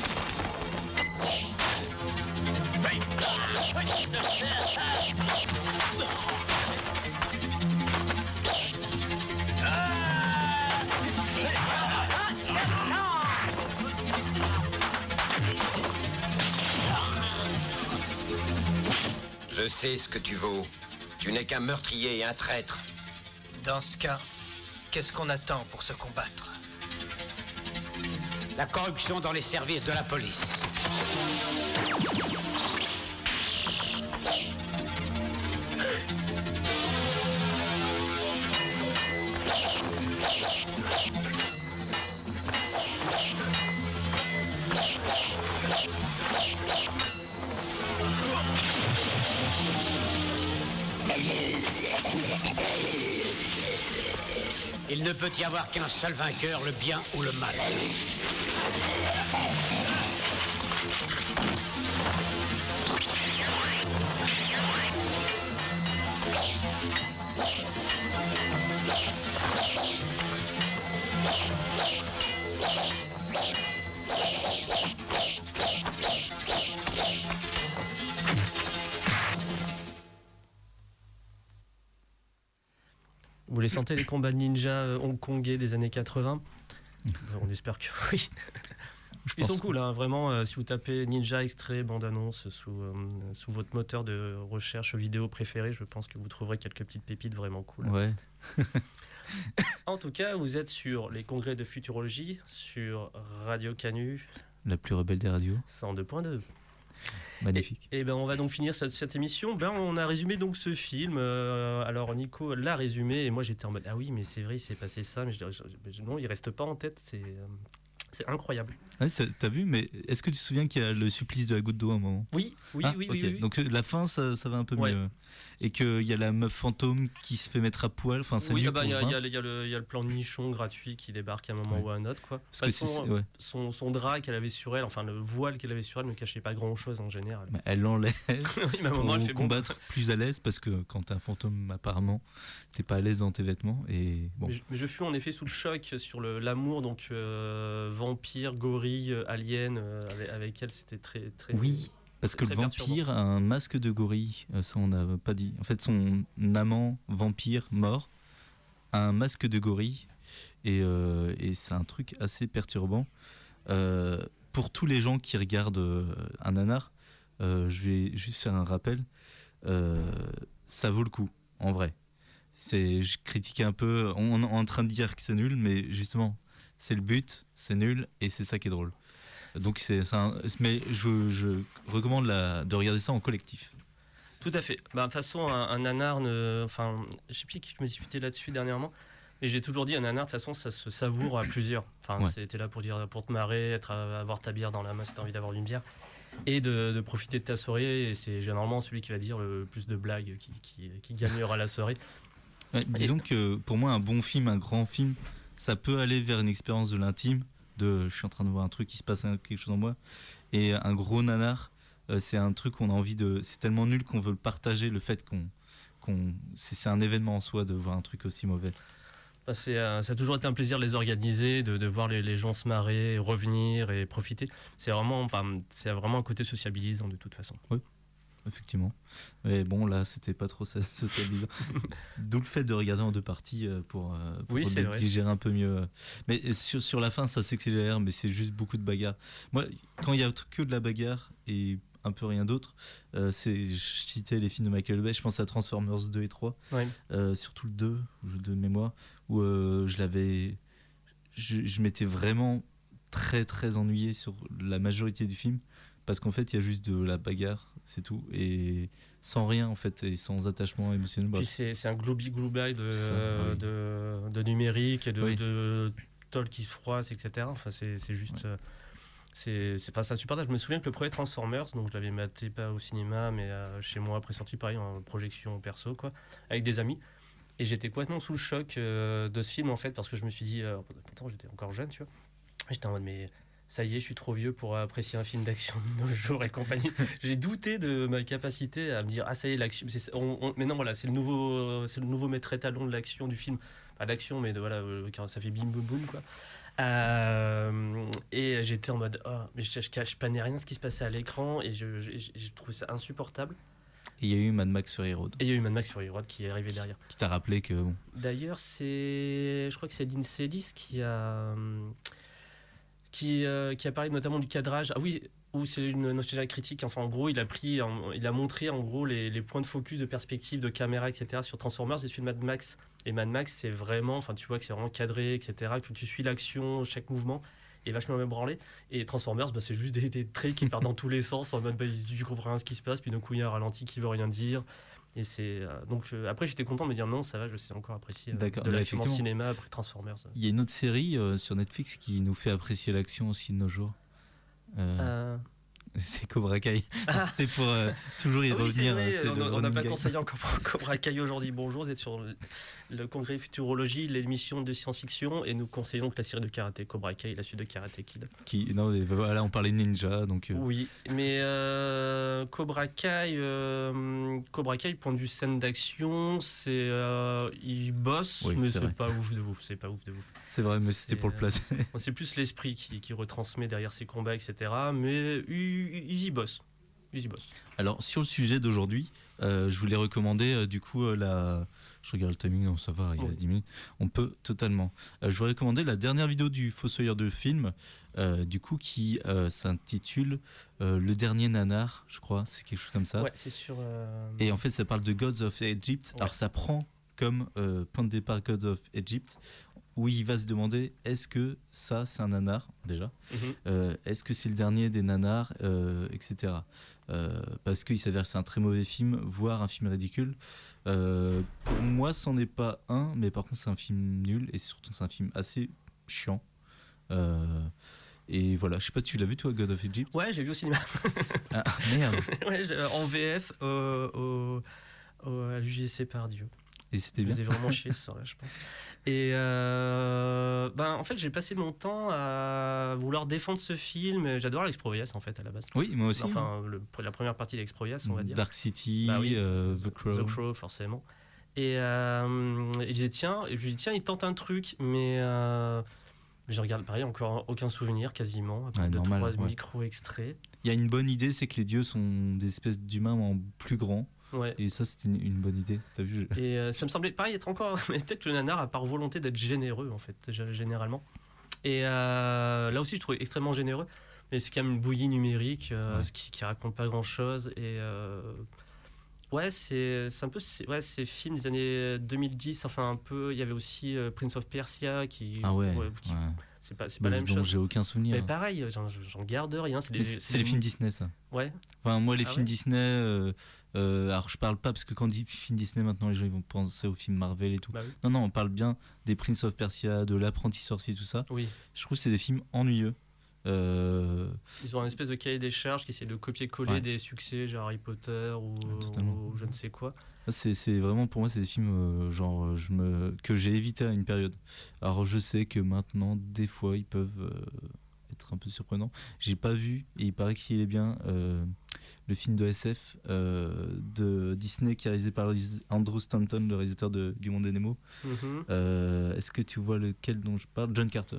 Je sais ce que tu vaux. Tu n'es qu'un meurtrier et un traître. Dans ce cas, qu'est-ce qu'on attend pour se combattre? La corruption dans les services de la police. Il ne peut y avoir qu'un seul vainqueur, le bien ou le mal. Vous les sentez, les combats de ninja euh, hongkongais des années quatre-vingts? On espère que oui. Ils sont cool, hein, vraiment. Euh, si vous tapez ninja extrait bande-annonce sous, euh, sous votre moteur de recherche vidéo préféré, je pense que vous trouverez quelques petites pépites vraiment cool. Ouais. En tout cas, vous êtes sur les congrès de futurologie, sur Radio Canu. La plus rebelle des radios. cent deux point deux. Magnifique. Et, et ben on va donc finir cette, cette émission. Ben on a résumé donc ce film. Euh, alors Nico l'a résumé et moi j'étais en mode ah oui mais c'est vrai il s'est passé ça mais je, je, je, non il reste pas en tête, c'est euh, c'est incroyable. Ah, t'as vu, mais est-ce que tu te souviens qu'il y a le supplice de la goutte d'eau à un moment? Oui, oui, ah, oui, okay. oui, oui. Donc la fin, ça, ça va un peu ouais. mieux. Et qu'il y a la meuf fantôme qui se fait mettre à poil. Enfin, c'est oui, il bah, y, y, y, y, y a le plan de nichon gratuit qui débarque à un moment ouais. ou à un autre. Quoi. Parce que son, ouais. son, son drap qu'elle avait sur elle, enfin le voile qu'elle avait sur elle ne cachait pas grand-chose en général. Mais elle l'enlève oui, pour moment, elle fait combattre bon. plus à l'aise parce que quand t'es un fantôme, apparemment, t'es pas à l'aise dans tes vêtements. Et bon. mais, je, mais je fus en effet sous le choc sur le, l'amour, donc euh, vampire, gorille, alien, euh, avec, avec elle, c'était très, très. Oui. Parce que le vampire a un masque de gorille, ça on n'a pas dit. En fait, son amant vampire mort a un masque de gorille et, euh, et c'est un truc assez perturbant. Euh, pour tous les gens qui regardent euh, un nanar, euh, je vais juste faire un rappel. Euh, ça vaut le coup, en vrai. C'est, je critiquais un peu, on, on est en train de dire que c'est nul, mais justement, c'est le but, c'est nul et c'est ça qui est drôle. Donc c'est, c'est un, mais je, je recommande la, de regarder ça en collectif. Tout à fait. Bah, de toute façon, un, un nanar, ne, enfin, je sais plus qui je me disputais là-dessus dernièrement, mais j'ai toujours dit un nanar, de toute façon, ça se savoure à plusieurs. Enfin, ouais. C'était là pour dire, pour te marrer, être, avoir ta bière dans la main si t'as envie d'avoir une bière, et de, de profiter de ta soirée. Et c'est généralement celui qui va dire le plus de blagues qui, qui, qui gagnera la soirée. Ouais, disons et... que pour moi, un bon film, un grand film, ça peut aller vers une expérience de l'intime. De, je suis en train de voir un truc qui se passe quelque chose en moi, et un gros nanar euh, c'est un truc qu'on a envie de, c'est tellement nul qu'on veut le partager, le fait qu'on, qu'on c'est, c'est un événement en soi de voir un truc aussi mauvais. Bah c'est, euh, ça a toujours été un plaisir de les organiser, de, de voir les, les gens se marrer, revenir et profiter. C'est vraiment, enfin, c'est vraiment un côté sociabilisant de toute façon. Oui. Effectivement. Mais bon, là, c'était pas trop socialisant. D'où le fait de regarder en deux parties pour, pour oui, c'est digérer un peu mieux. Mais sur, sur la fin, ça s'accélère, mais c'est juste beaucoup de bagarres. Moi, quand il y a que de la bagarre et un peu rien d'autre, euh, c'est, je citais les films de Michael Bay, je pense à Transformers deux et trois, ouais. euh, surtout le deux, jeu de mémoire, où euh, je l'avais. Je, je m'étais vraiment très, très ennuyé sur la majorité du film. Parce qu'en fait, il y a juste de la bagarre, c'est tout, et sans rien en fait, et sans attachement émotionnel. Puis c'est, c'est un gloobie-gloobie de, ça, euh, oui. de, de numérique et de, oui. de tôle qui se froisse, et cetera. Enfin, c'est, c'est juste, ouais. euh, c'est, c'est, enfin, c'est insupportable. Je me souviens que le premier Transformers, donc je l'avais maté pas au cinéma, mais euh, chez moi, pressenti pareil en projection perso, quoi, avec des amis. Et j'étais complètement sous le choc euh, de ce film en fait, parce que je me suis dit, euh, pourtant j'étais encore jeune, tu vois, j'étais en mode mais. Ça y est, je suis trop vieux pour apprécier un film d'action de nos jours et compagnie. J'ai douté de ma capacité à me dire ah ça y est l'action. C'est, on, on, mais non voilà, c'est le nouveau, c'est le nouveau maître étalon de l'action du film. à l'action, mais de, voilà, euh, quand ça fait bim boum boum quoi. Euh, et j'étais en mode, oh, mais je, je, je pannais rien de ce qui se passait à l'écran et je, je, j'ai trouvé ça insupportable. Et il y a eu Mad Max Fury Road. Et il y a eu Mad Max Fury Road qui est arrivé derrière. Qui t'a rappelé que bon. D'ailleurs, c'est, je crois que c'est Lynn Sellis qui a, qui, euh, qui a parlé notamment du cadrage. Ah oui. Ou c'est une nostalgie critique. Enfin, en gros, il a pris, en, il a montré en gros les, les points de focus, de perspective, de caméra, et cetera sur Transformers et celui de Mad Max. Et Mad Max, c'est vraiment, enfin, tu vois que c'est vraiment cadré, et cetera. Que tu suis l'action, chaque mouvement est vachement bien branlé. Et Transformers, bah, c'est juste des, des traits qui partent dans tous les sens en mode, bah, tu comprends rien ce qui se passe, puis d'un coup il y a un ralenti qui veut rien dire. Et c'est euh, donc euh, après j'étais content de me dire non, ça va, je sais encore apprécier euh, de l'action en cinéma après Transformers. Il y a une autre série euh, sur Netflix qui nous fait apprécier l'action aussi de nos jours. Euh... euh... C'est Cobra Kai. Ah. C'était pour euh, toujours y oui, revenir. C'est on n'a pas conseillé encore Cobra Kai aujourd'hui. Bonjour, vous êtes sur le, le congrès Futurologie, l'émission de science-fiction, et nous conseillons donc la série de karaté Cobra Kai, la suite de Karate Kid. Qui, non, voilà, on parlait de ninja, donc. Euh... Oui, mais euh, Cobra Kai, euh, Cobra Kai, point de vue scène d'action, c'est euh, il bosse, oui, mais c'est, c'est pas ouf de ouf, c'est pas ouf de ouf. C'est vrai, mais c'est, c'était pour le placer. C'est plus l'esprit qui, qui retransmet derrière ses combats, et cetera. Mais ils, ils y bossent. Ils y bossent. Alors, sur le sujet d'aujourd'hui, euh, je voulais recommander euh, du coup euh, la. Je regarde le timing, non, ça va, il reste dix minutes. On peut totalement. Euh, je voulais recommander la dernière vidéo du Fossoyeur de film, euh, du coup, qui euh, s'intitule euh, Le dernier nanar, je crois, c'est quelque chose comme ça. Ouais, c'est sur. Euh... Et en fait, ça parle de Gods of Egypt. Ouais. Alors, ça prend comme euh, point de départ Gods of Egypt, où il va se demander est-ce que ça c'est un nanar déjà, mm-hmm. euh, est-ce que c'est le dernier des nanars, euh, et cetera. Euh, parce qu'il s'avère que c'est un très mauvais film, voire un film ridicule. Euh, pour moi, c'en est pas un, mais par contre c'est un film nul et surtout c'est un film assez chiant. Euh, et voilà, je sais pas, tu l'as vu toi, God of Egypt ? Ouais, je l'ai vu au cinéma. Ah merde. Ouais, je, en V F euh, au, au, à l'U G C Pardieu. Et c'était bien. Je me faisais vraiment chier ce soir-là, je pense. Et euh, ben, en fait, j'ai passé mon temps à vouloir défendre ce film. J'adore Alex Proyas, en fait, à la base. Oui, moi aussi. Enfin, le, la première partie d'Alex Proyas, on va dire. Dark City, bah oui, euh, The Crow. The Crow, forcément. Et, euh, et je disais, tiens, et je dis, tiens, il tente un truc, mais euh, je regarde, pareil, encore aucun souvenir, quasiment, après ouais, deux, normal, trois ouais. micro-extraits. Il y a une bonne idée, c'est que les dieux sont des espèces d'humains en plus grands. Ouais. Et ça, c'était une, une bonne idée. T'as vu, je... Et euh, ça me semblait pareil être encore. Mais peut-être que le nanar a par volonté d'être généreux, en fait, généralement. Et euh, là aussi, je trouvais extrêmement généreux. Mais c'est quand même une bouillie numérique, euh, ouais. qui, qui raconte pas grand-chose. Et euh, ouais, c'est, c'est un peu. C'est, ouais, ces films des années deux mille dix, enfin un peu. Il y avait aussi euh, Prince of Persia qui. Ah ouais. ouais, qui, ouais. C'est pas, c'est pas bah, la même chose. J'ai aucun souvenir. Mais pareil, j'en, j'en garde rien. C'est, des, c'est, c'est, c'est les films Disney, ça. Ouais. Enfin, moi, les ah films ouais Disney. Euh, euh, alors, je parle pas parce que quand on dit film Disney, maintenant, les gens ils vont penser aux films Marvel et tout. Bah oui. Non, non, on parle bien des Prince of Persia, de l'Apprenti sorcier, tout ça. Oui. Je trouve que c'est des films ennuyeux. Euh... Ils ont un espèce de cahier des charges qui essaie de copier-coller ouais. des succès, genre Harry Potter ou, ouais, ou je ne sais quoi. C'est, c'est vraiment pour moi c'est des films euh, genre je me que j'ai évité à une période. Alors je sais que maintenant des fois ils peuvent euh, être un peu surprenants. J'ai pas vu et il paraît qu'il est bien euh, le film de S F euh, de Disney qui est réalisé par Andrew Stanton, le réalisateur de Du Monde des Nemo. Mm-hmm. Euh, est-ce que tu vois lequel dont je parle? John Carter.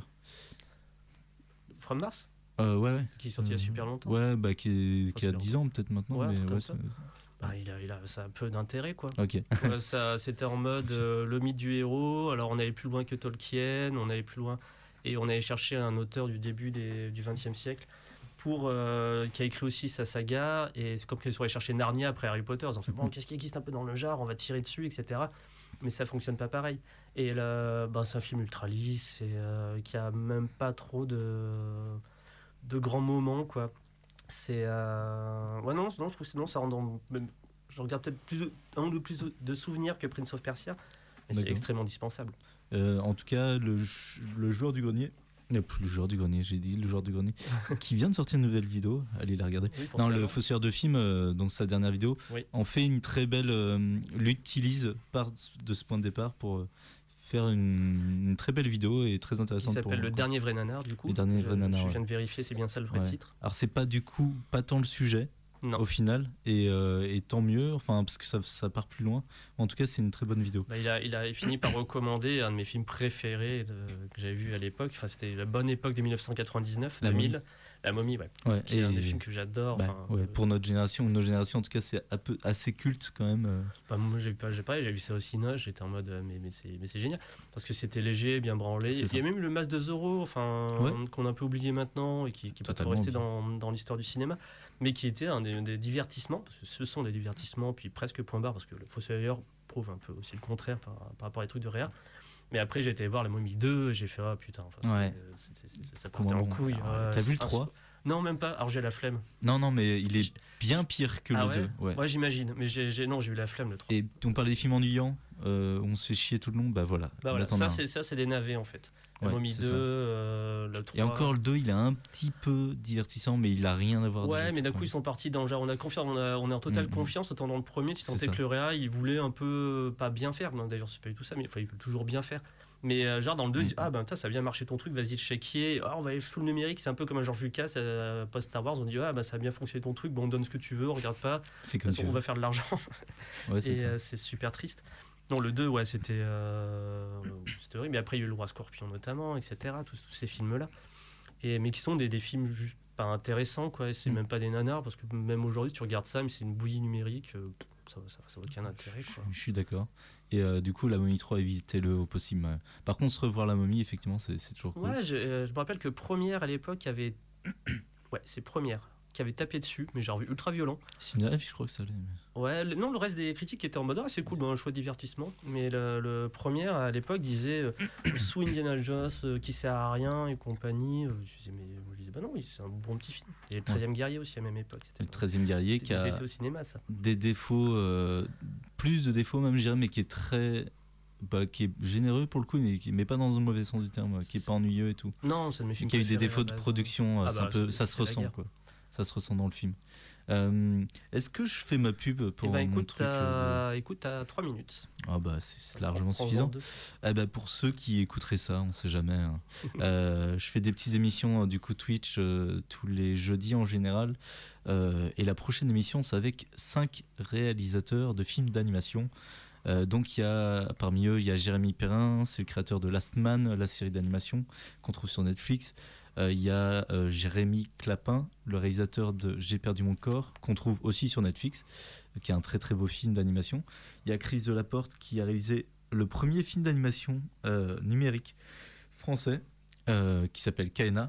From Mars euh, ouais, ouais. Qui est sorti il y a super longtemps. Ouais, bah qui, est, enfin, qui a dix ans peut-être maintenant. Ouais, mais ouais, ça. Bah, il, a, il a ça a un peu d'intérêt quoi. Ok. Ouais, ça, c'était en mode euh, le mythe du héros. Alors on allait plus loin que Tolkien, on allait plus loin et on allait chercher un auteur du début des, du vingtième siècle pour euh, qui a écrit aussi sa saga et c'est comme qu'ils sont allés chercher Narnia après Harry Potter. Ils ont fait bon, qu'est-ce qui existe un peu dans le genre, on va tirer dessus, et cetera. Mais ça fonctionne pas pareil. Et là, bah, c'est un film ultra lisse et euh, qui a même pas trop de de grands moments quoi. C'est euh... ouais non non je trouve que non ça rend dans... même je regarde peut-être plus de... un ou plus de souvenirs que Prince of Persia mais D'accord. C'est extrêmement indispensable. Euh, en tout cas le le joueur du grenier non plus le joueur du grenier j'ai dit le joueur du grenier qui vient de sortir une nouvelle vidéo, allez la regarder. Oui, non le Fossoyeur de film euh, donc sa dernière vidéo oui. En fait une très belle euh, l'utilise par de ce point de départ pour euh, faire une, une très belle vidéo et très intéressante. Qui s'appelle pour, Le Dernier Vrai Nanar, du coup. Le Dernier je, Vrai Nanar. Je viens de vérifier, c'est bien ça le vrai ouais. titre. Alors, c'est pas du coup, pas tant le sujet, Non. au final, et, euh, et tant mieux, enfin, parce que ça, ça part plus loin. En tout cas, c'est une très bonne vidéo. Bah, il, a, il a fini par recommander un de mes films préférés de, que j'avais vu à l'époque. Enfin, c'était la bonne époque de dix-neuf cent quatre-vingt-dix-neuf, La deux mille. La Momie, ouais. Ouais, Qui est et- un des films que j'adore. Bah, enfin, ouais, euh, pour notre génération, ou nos générations, en tout cas, c'est un peu, assez culte quand même. euh. bah, moi, j'ai pas, j'ai pas, j'ai vu ça au cinéma. J'étais en mode, euh, mais, mais c'est, mais c'est génial parce que c'était léger, bien branlé. C'est Il ça. y a même eu le Masque de Zorro, enfin, Ouais. qu'on a un peu oublié maintenant et qui, qui est pas trop Totalement resté oublié. dans, dans l'histoire du cinéma, mais qui était un des, des divertissements. Parce que ce sont des divertissements, puis presque point barre, parce que le Fossoyeur prouve un peu aussi le contraire par, par rapport à des trucs de réa. Mais après, j'ai été voir La Momie deux, et j'ai fait, ah putain, enfin, c'est- Ouais. c'est- c'est- c'est- ça partait Comment- en couille. Alors, ouais, t'as vu le un- trois? Non, même pas. Alors j'ai la flemme. Non, non, mais il est bien pire que Ah le ouais deux. Ouais. Ouais, j'imagine. Mais j'ai, j'ai- non, j'ai eu la flemme le trois. Et on parlait des films ennuyants, euh, on se fait chier tout le long, bah voilà. Bah là, voilà, t'en as ça, un. c'est, ça, c'est des navets en fait. La Ouais, Momie c'est deux, ça. euh, le trois. Et encore le deux, il est un petit peu divertissant, mais il a rien à voir. Ouais, avec mais d'un le coup, ils sont partis dans le genre, on a confiance, on, a, on est en totale Mhm. confiance. Autant dans le premier, tu C'est sentais ça. que le Réa, il voulait un peu pas bien faire. Non, d'ailleurs, c'est pas du tout ça, mais enfin, il veut toujours bien faire. Mais euh, genre dans le deux, il dit, Mhm. ah ben putain, ça a bien marché ton truc, vas-y le chéquier. Ah, on va aller full numérique, c'est un peu comme un George Lucas euh, post Star Wars. On dit, ah bah ça a bien fonctionné ton truc, bon, on donne ce que tu veux, on regarde pas. De Fais toute comme façon, tu on veux. va faire de l'argent. Ouais, c'est Et ça. euh, c'est super triste. Non, le deux, ouais, c'était, euh, c'était horrible. Mais après, il y a eu Le Roi Scorpion notamment, et cetera. Tous, tous ces films-là. Et, mais qui sont des, des films juste pas intéressants, quoi. Et c'est Mm. même pas des nanars, parce que même aujourd'hui, tu regardes ça, mais c'est une bouillie numérique. euh, ça n'a ça, ça a aucun intérêt, quoi. Je, je suis d'accord. Et euh, du coup, La Momie trois, évitez-le au possible. Ouais. Par contre, se revoir La Momie, effectivement, c'est c'est toujours cool. Ouais, je, euh, je me rappelle que Première, à l'époque, avait... Ouais, c'est Première qui avait tapé dessus, mais j'ai revu ultra violent. Cinéaf, je crois que ça allait. mais- Ouais, le- non, le reste des critiques étaient en mode, ah, c'est cool, ben, un choix de divertissement. Mais le, le premier, à l'époque, disait euh, sous Indiana Jones, euh, qui sert à rien et compagnie. Euh, je disais, mais je disais, bah non, oui, c'est un bon petit film. Et le treizième guerrier aussi, à la même époque. C'était Le treizième guerrier c'était- qui a C'était au cinéma, ça. des défauts, euh, plus de défauts même, je dirais, mais qui est très. Bah, qui est généreux pour le coup, mais, qui, mais pas dans le mauvais sens du terme, qui est pas ennuyeux et tout. Non, c'est de mes films Qui a eu des préférés, défauts à de la base. production, euh, Ah c'est bah, un peu, c'était- ça se c'était la ressent guerre. quoi. Ça se ressent dans le film. Euh, Est-ce que je fais ma pub pour Eh ben, mon écoute, truc euh, t'as écoute, t'as trois minutes. de... Ah bah c'est c'est largement Prends-en suffisant. deux. Eh ben, pour ceux qui écouteraient ça, on sait jamais. hein. Euh, je fais des petites émissions euh, du coup Twitch euh, tous les jeudis en général. Euh, et la prochaine émission, c'est avec cinq réalisateurs de films d'animation. Euh, donc il y a parmi eux, il y a Jérémy Perrin, c'est le créateur de Last Man, la série d'animation qu'on trouve sur Netflix. Euh, Il y a euh, Jérémy Clapin, le réalisateur de J'ai perdu mon corps, qu'on trouve aussi sur Netflix, euh, qui est un très très beau film d'animation. Il y a Chris Delaporte qui a réalisé le premier film d'animation euh, numérique français, euh, qui s'appelle Kaena.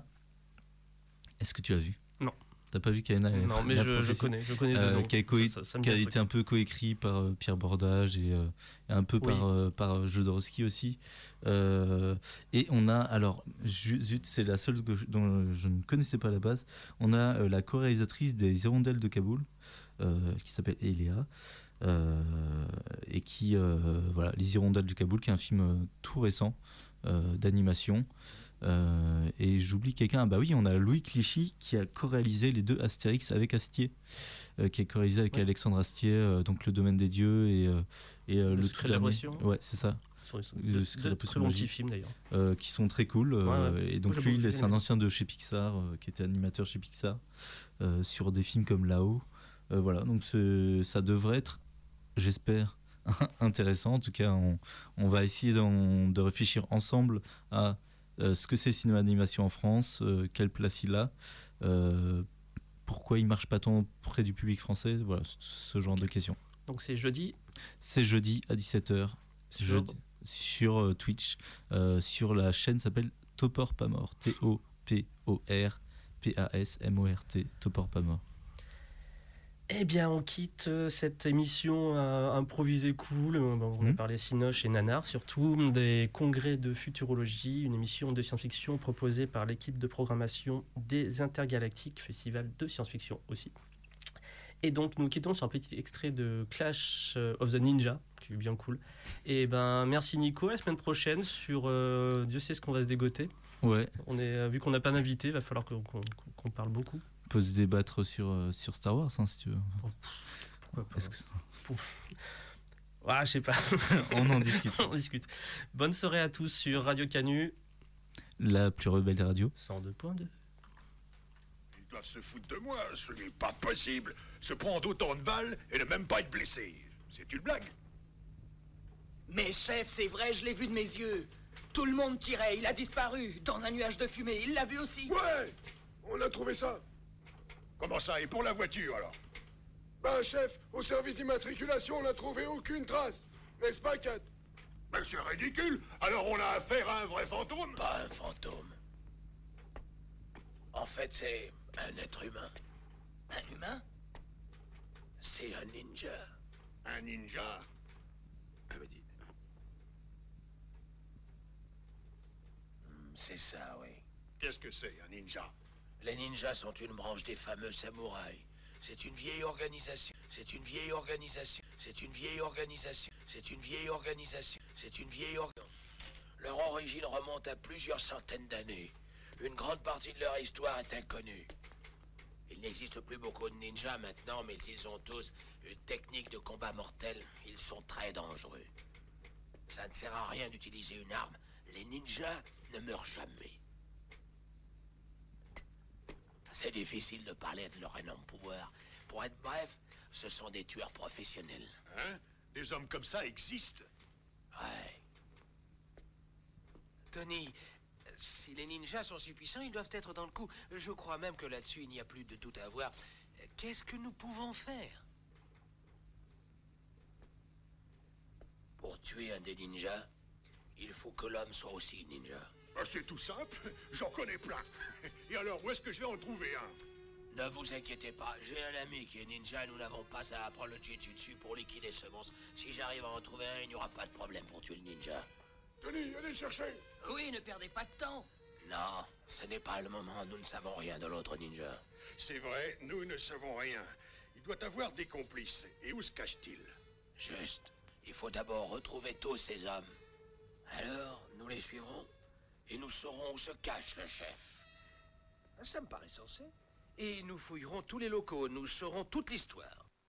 Est-ce que tu as vu? Non. T'as pas vu Kaena? Non, mais La je, je prophétie connais, je connais de Euh, nom. qui a, co- Ça- ça- ça me qui a dit un été truc. un peu coécrit par euh, Pierre Bordage et, euh, et un peu Oui. par, euh, par Jodorowsky aussi. Euh, et on a, alors, ju- zut, c'est la seule que je- dont je ne connaissais pas à la base, on a euh, la co-réalisatrice des Hirondelles de Kaboul, euh, qui s'appelle Eléa, euh, et qui, euh, voilà, Les Hirondelles de Kaboul, qui est un film euh, tout récent euh, d'animation. Euh, et j'oublie quelqu'un, ah bah oui, on a Louis Clichy qui a co-réalisé les deux Astérix avec Astier, euh, qui a co-réalisé avec Ouais. Alexandre Astier, euh, donc Le Domaine des Dieux et, euh, et euh, Le Le Secret Tout de la Dernier. Potion. Ouais, c'est ça, Sur les- Le de- Secret de la de Potion très bons magique. petits films d'ailleurs. euh, qui sont très cool. euh, Ouais, ouais. Et donc Moi, j'ai lui, beaucoup c'est un aimé. ancien de chez Pixar, euh, qui était animateur chez Pixar, euh, sur des films comme Là-haut. Euh, voilà, donc c'est- ça devrait être, j'espère, intéressant. En tout cas, on, on va essayer d'en- de réfléchir ensemble à euh, ce que c'est le cinéma d'animation en France, euh, quelle place il a, euh, pourquoi il marche pas tant près du public français, voilà, ce- ce genre de questions. Donc c'est jeudi C'est jeudi à dix-sept heures sur jeudi, sur euh, Twitch, euh, sur la chaîne s'appelle Topor Pas Mort, T O P O R P A S M O R T, Topor Pas Mort. Eh bien, on quitte euh, cette émission euh, improvisée cool. Euh, bon, on a Mhm. parlé Cinoche et Nanar, surtout des congrès de futurologie, une émission de science-fiction proposée par l'équipe de programmation des Intergalactiques, festival de science-fiction aussi. Et donc, nous quittons sur un petit extrait de Clash euh, of the Ninja, qui est bien cool. Et ben, merci Nico. À la semaine prochaine sur euh, Dieu sait ce qu'on va se dégoter. Ouais, On est, euh, vu qu'on n'a pas d'invité, il va falloir qu'on qu'on- qu'on parle beaucoup. on peut se débattre sur, euh, sur Star Wars, hein, si tu veux. Pourquoi pas Est-ce que... Ah, je sais pas. On en discute. On discute. Bonne soirée à tous sur Radio Canu La plus rebelle des radios. cent deux point deux. doivent se foutre de moi. Ce n'est pas possible. Se prendre autant de balles et ne même pas être blessé. C'est une blague. Mais chef, c'est vrai, je l'ai vu de mes yeux. Tout le monde tirait, il a disparu, dans un nuage de fumée, il l'a vu aussi. Ouais, on a trouvé ça. Comment ça? Et pour la voiture, alors? Ben, chef, au service d'immatriculation, on n'a trouvé aucune trace. N'est-ce pas, Kat? Ben, c'est ridicule. Alors on a affaire à un vrai fantôme? Pas un fantôme. En fait, c'est un être humain. Un humain? C'est un ninja. Un ninja? Ah, mais dites. C'est ça, oui. Qu'est-ce que c'est, un ninja? Les ninjas sont une branche des fameux samouraïs. C'est une vieille organisation. C'est une vieille organisation. C'est une vieille organisation. C'est une vieille organisation. C'est une vieille organ. Leur origine remonte à plusieurs centaines d'années. Une grande partie de leur histoire est inconnue. Il n'existe plus beaucoup de ninjas maintenant, mais ils ont tous une technique de combat mortel. Ils sont très dangereux. Ça ne sert à rien d'utiliser une arme. Les ninjas ne meurent jamais. C'est difficile de parler de leur énorme pouvoir. Pour être bref, ce sont des tueurs professionnels. Hein? Des hommes comme ça existent? Ouais. Tony, si les ninjas sont si puissants, ils doivent être dans le coup. Je crois même que là-dessus, il n'y a plus de doute à avoir. Qu'est-ce que nous pouvons faire? Pour tuer un des ninjas, il faut que l'homme soit aussi ninja. Ah, c'est tout simple. J'en connais plein. Et alors, où est-ce que je vais en trouver un? Ne vous inquiétez pas, j'ai un ami qui est ninja et nous n'avons pas à apprendre le jujutsu pour liquider ce monstre. Si j'arrive à en trouver un, il n'y aura pas de problème pour tuer le ninja. Tony, allez le chercher. Oui, ne perdez pas de temps. Non, ce n'est pas le moment, nous ne savons rien de l'autre ninja. C'est vrai, nous ne savons rien. Il doit avoir des complices. Et où se cache-t-il? Juste, il faut d'abord retrouver tous ces hommes. Alors, nous les suivrons et nous saurons où se cache le chef. Ça me paraît sensé. Et nous fouillerons tous les locaux, nous saurons toute l'histoire.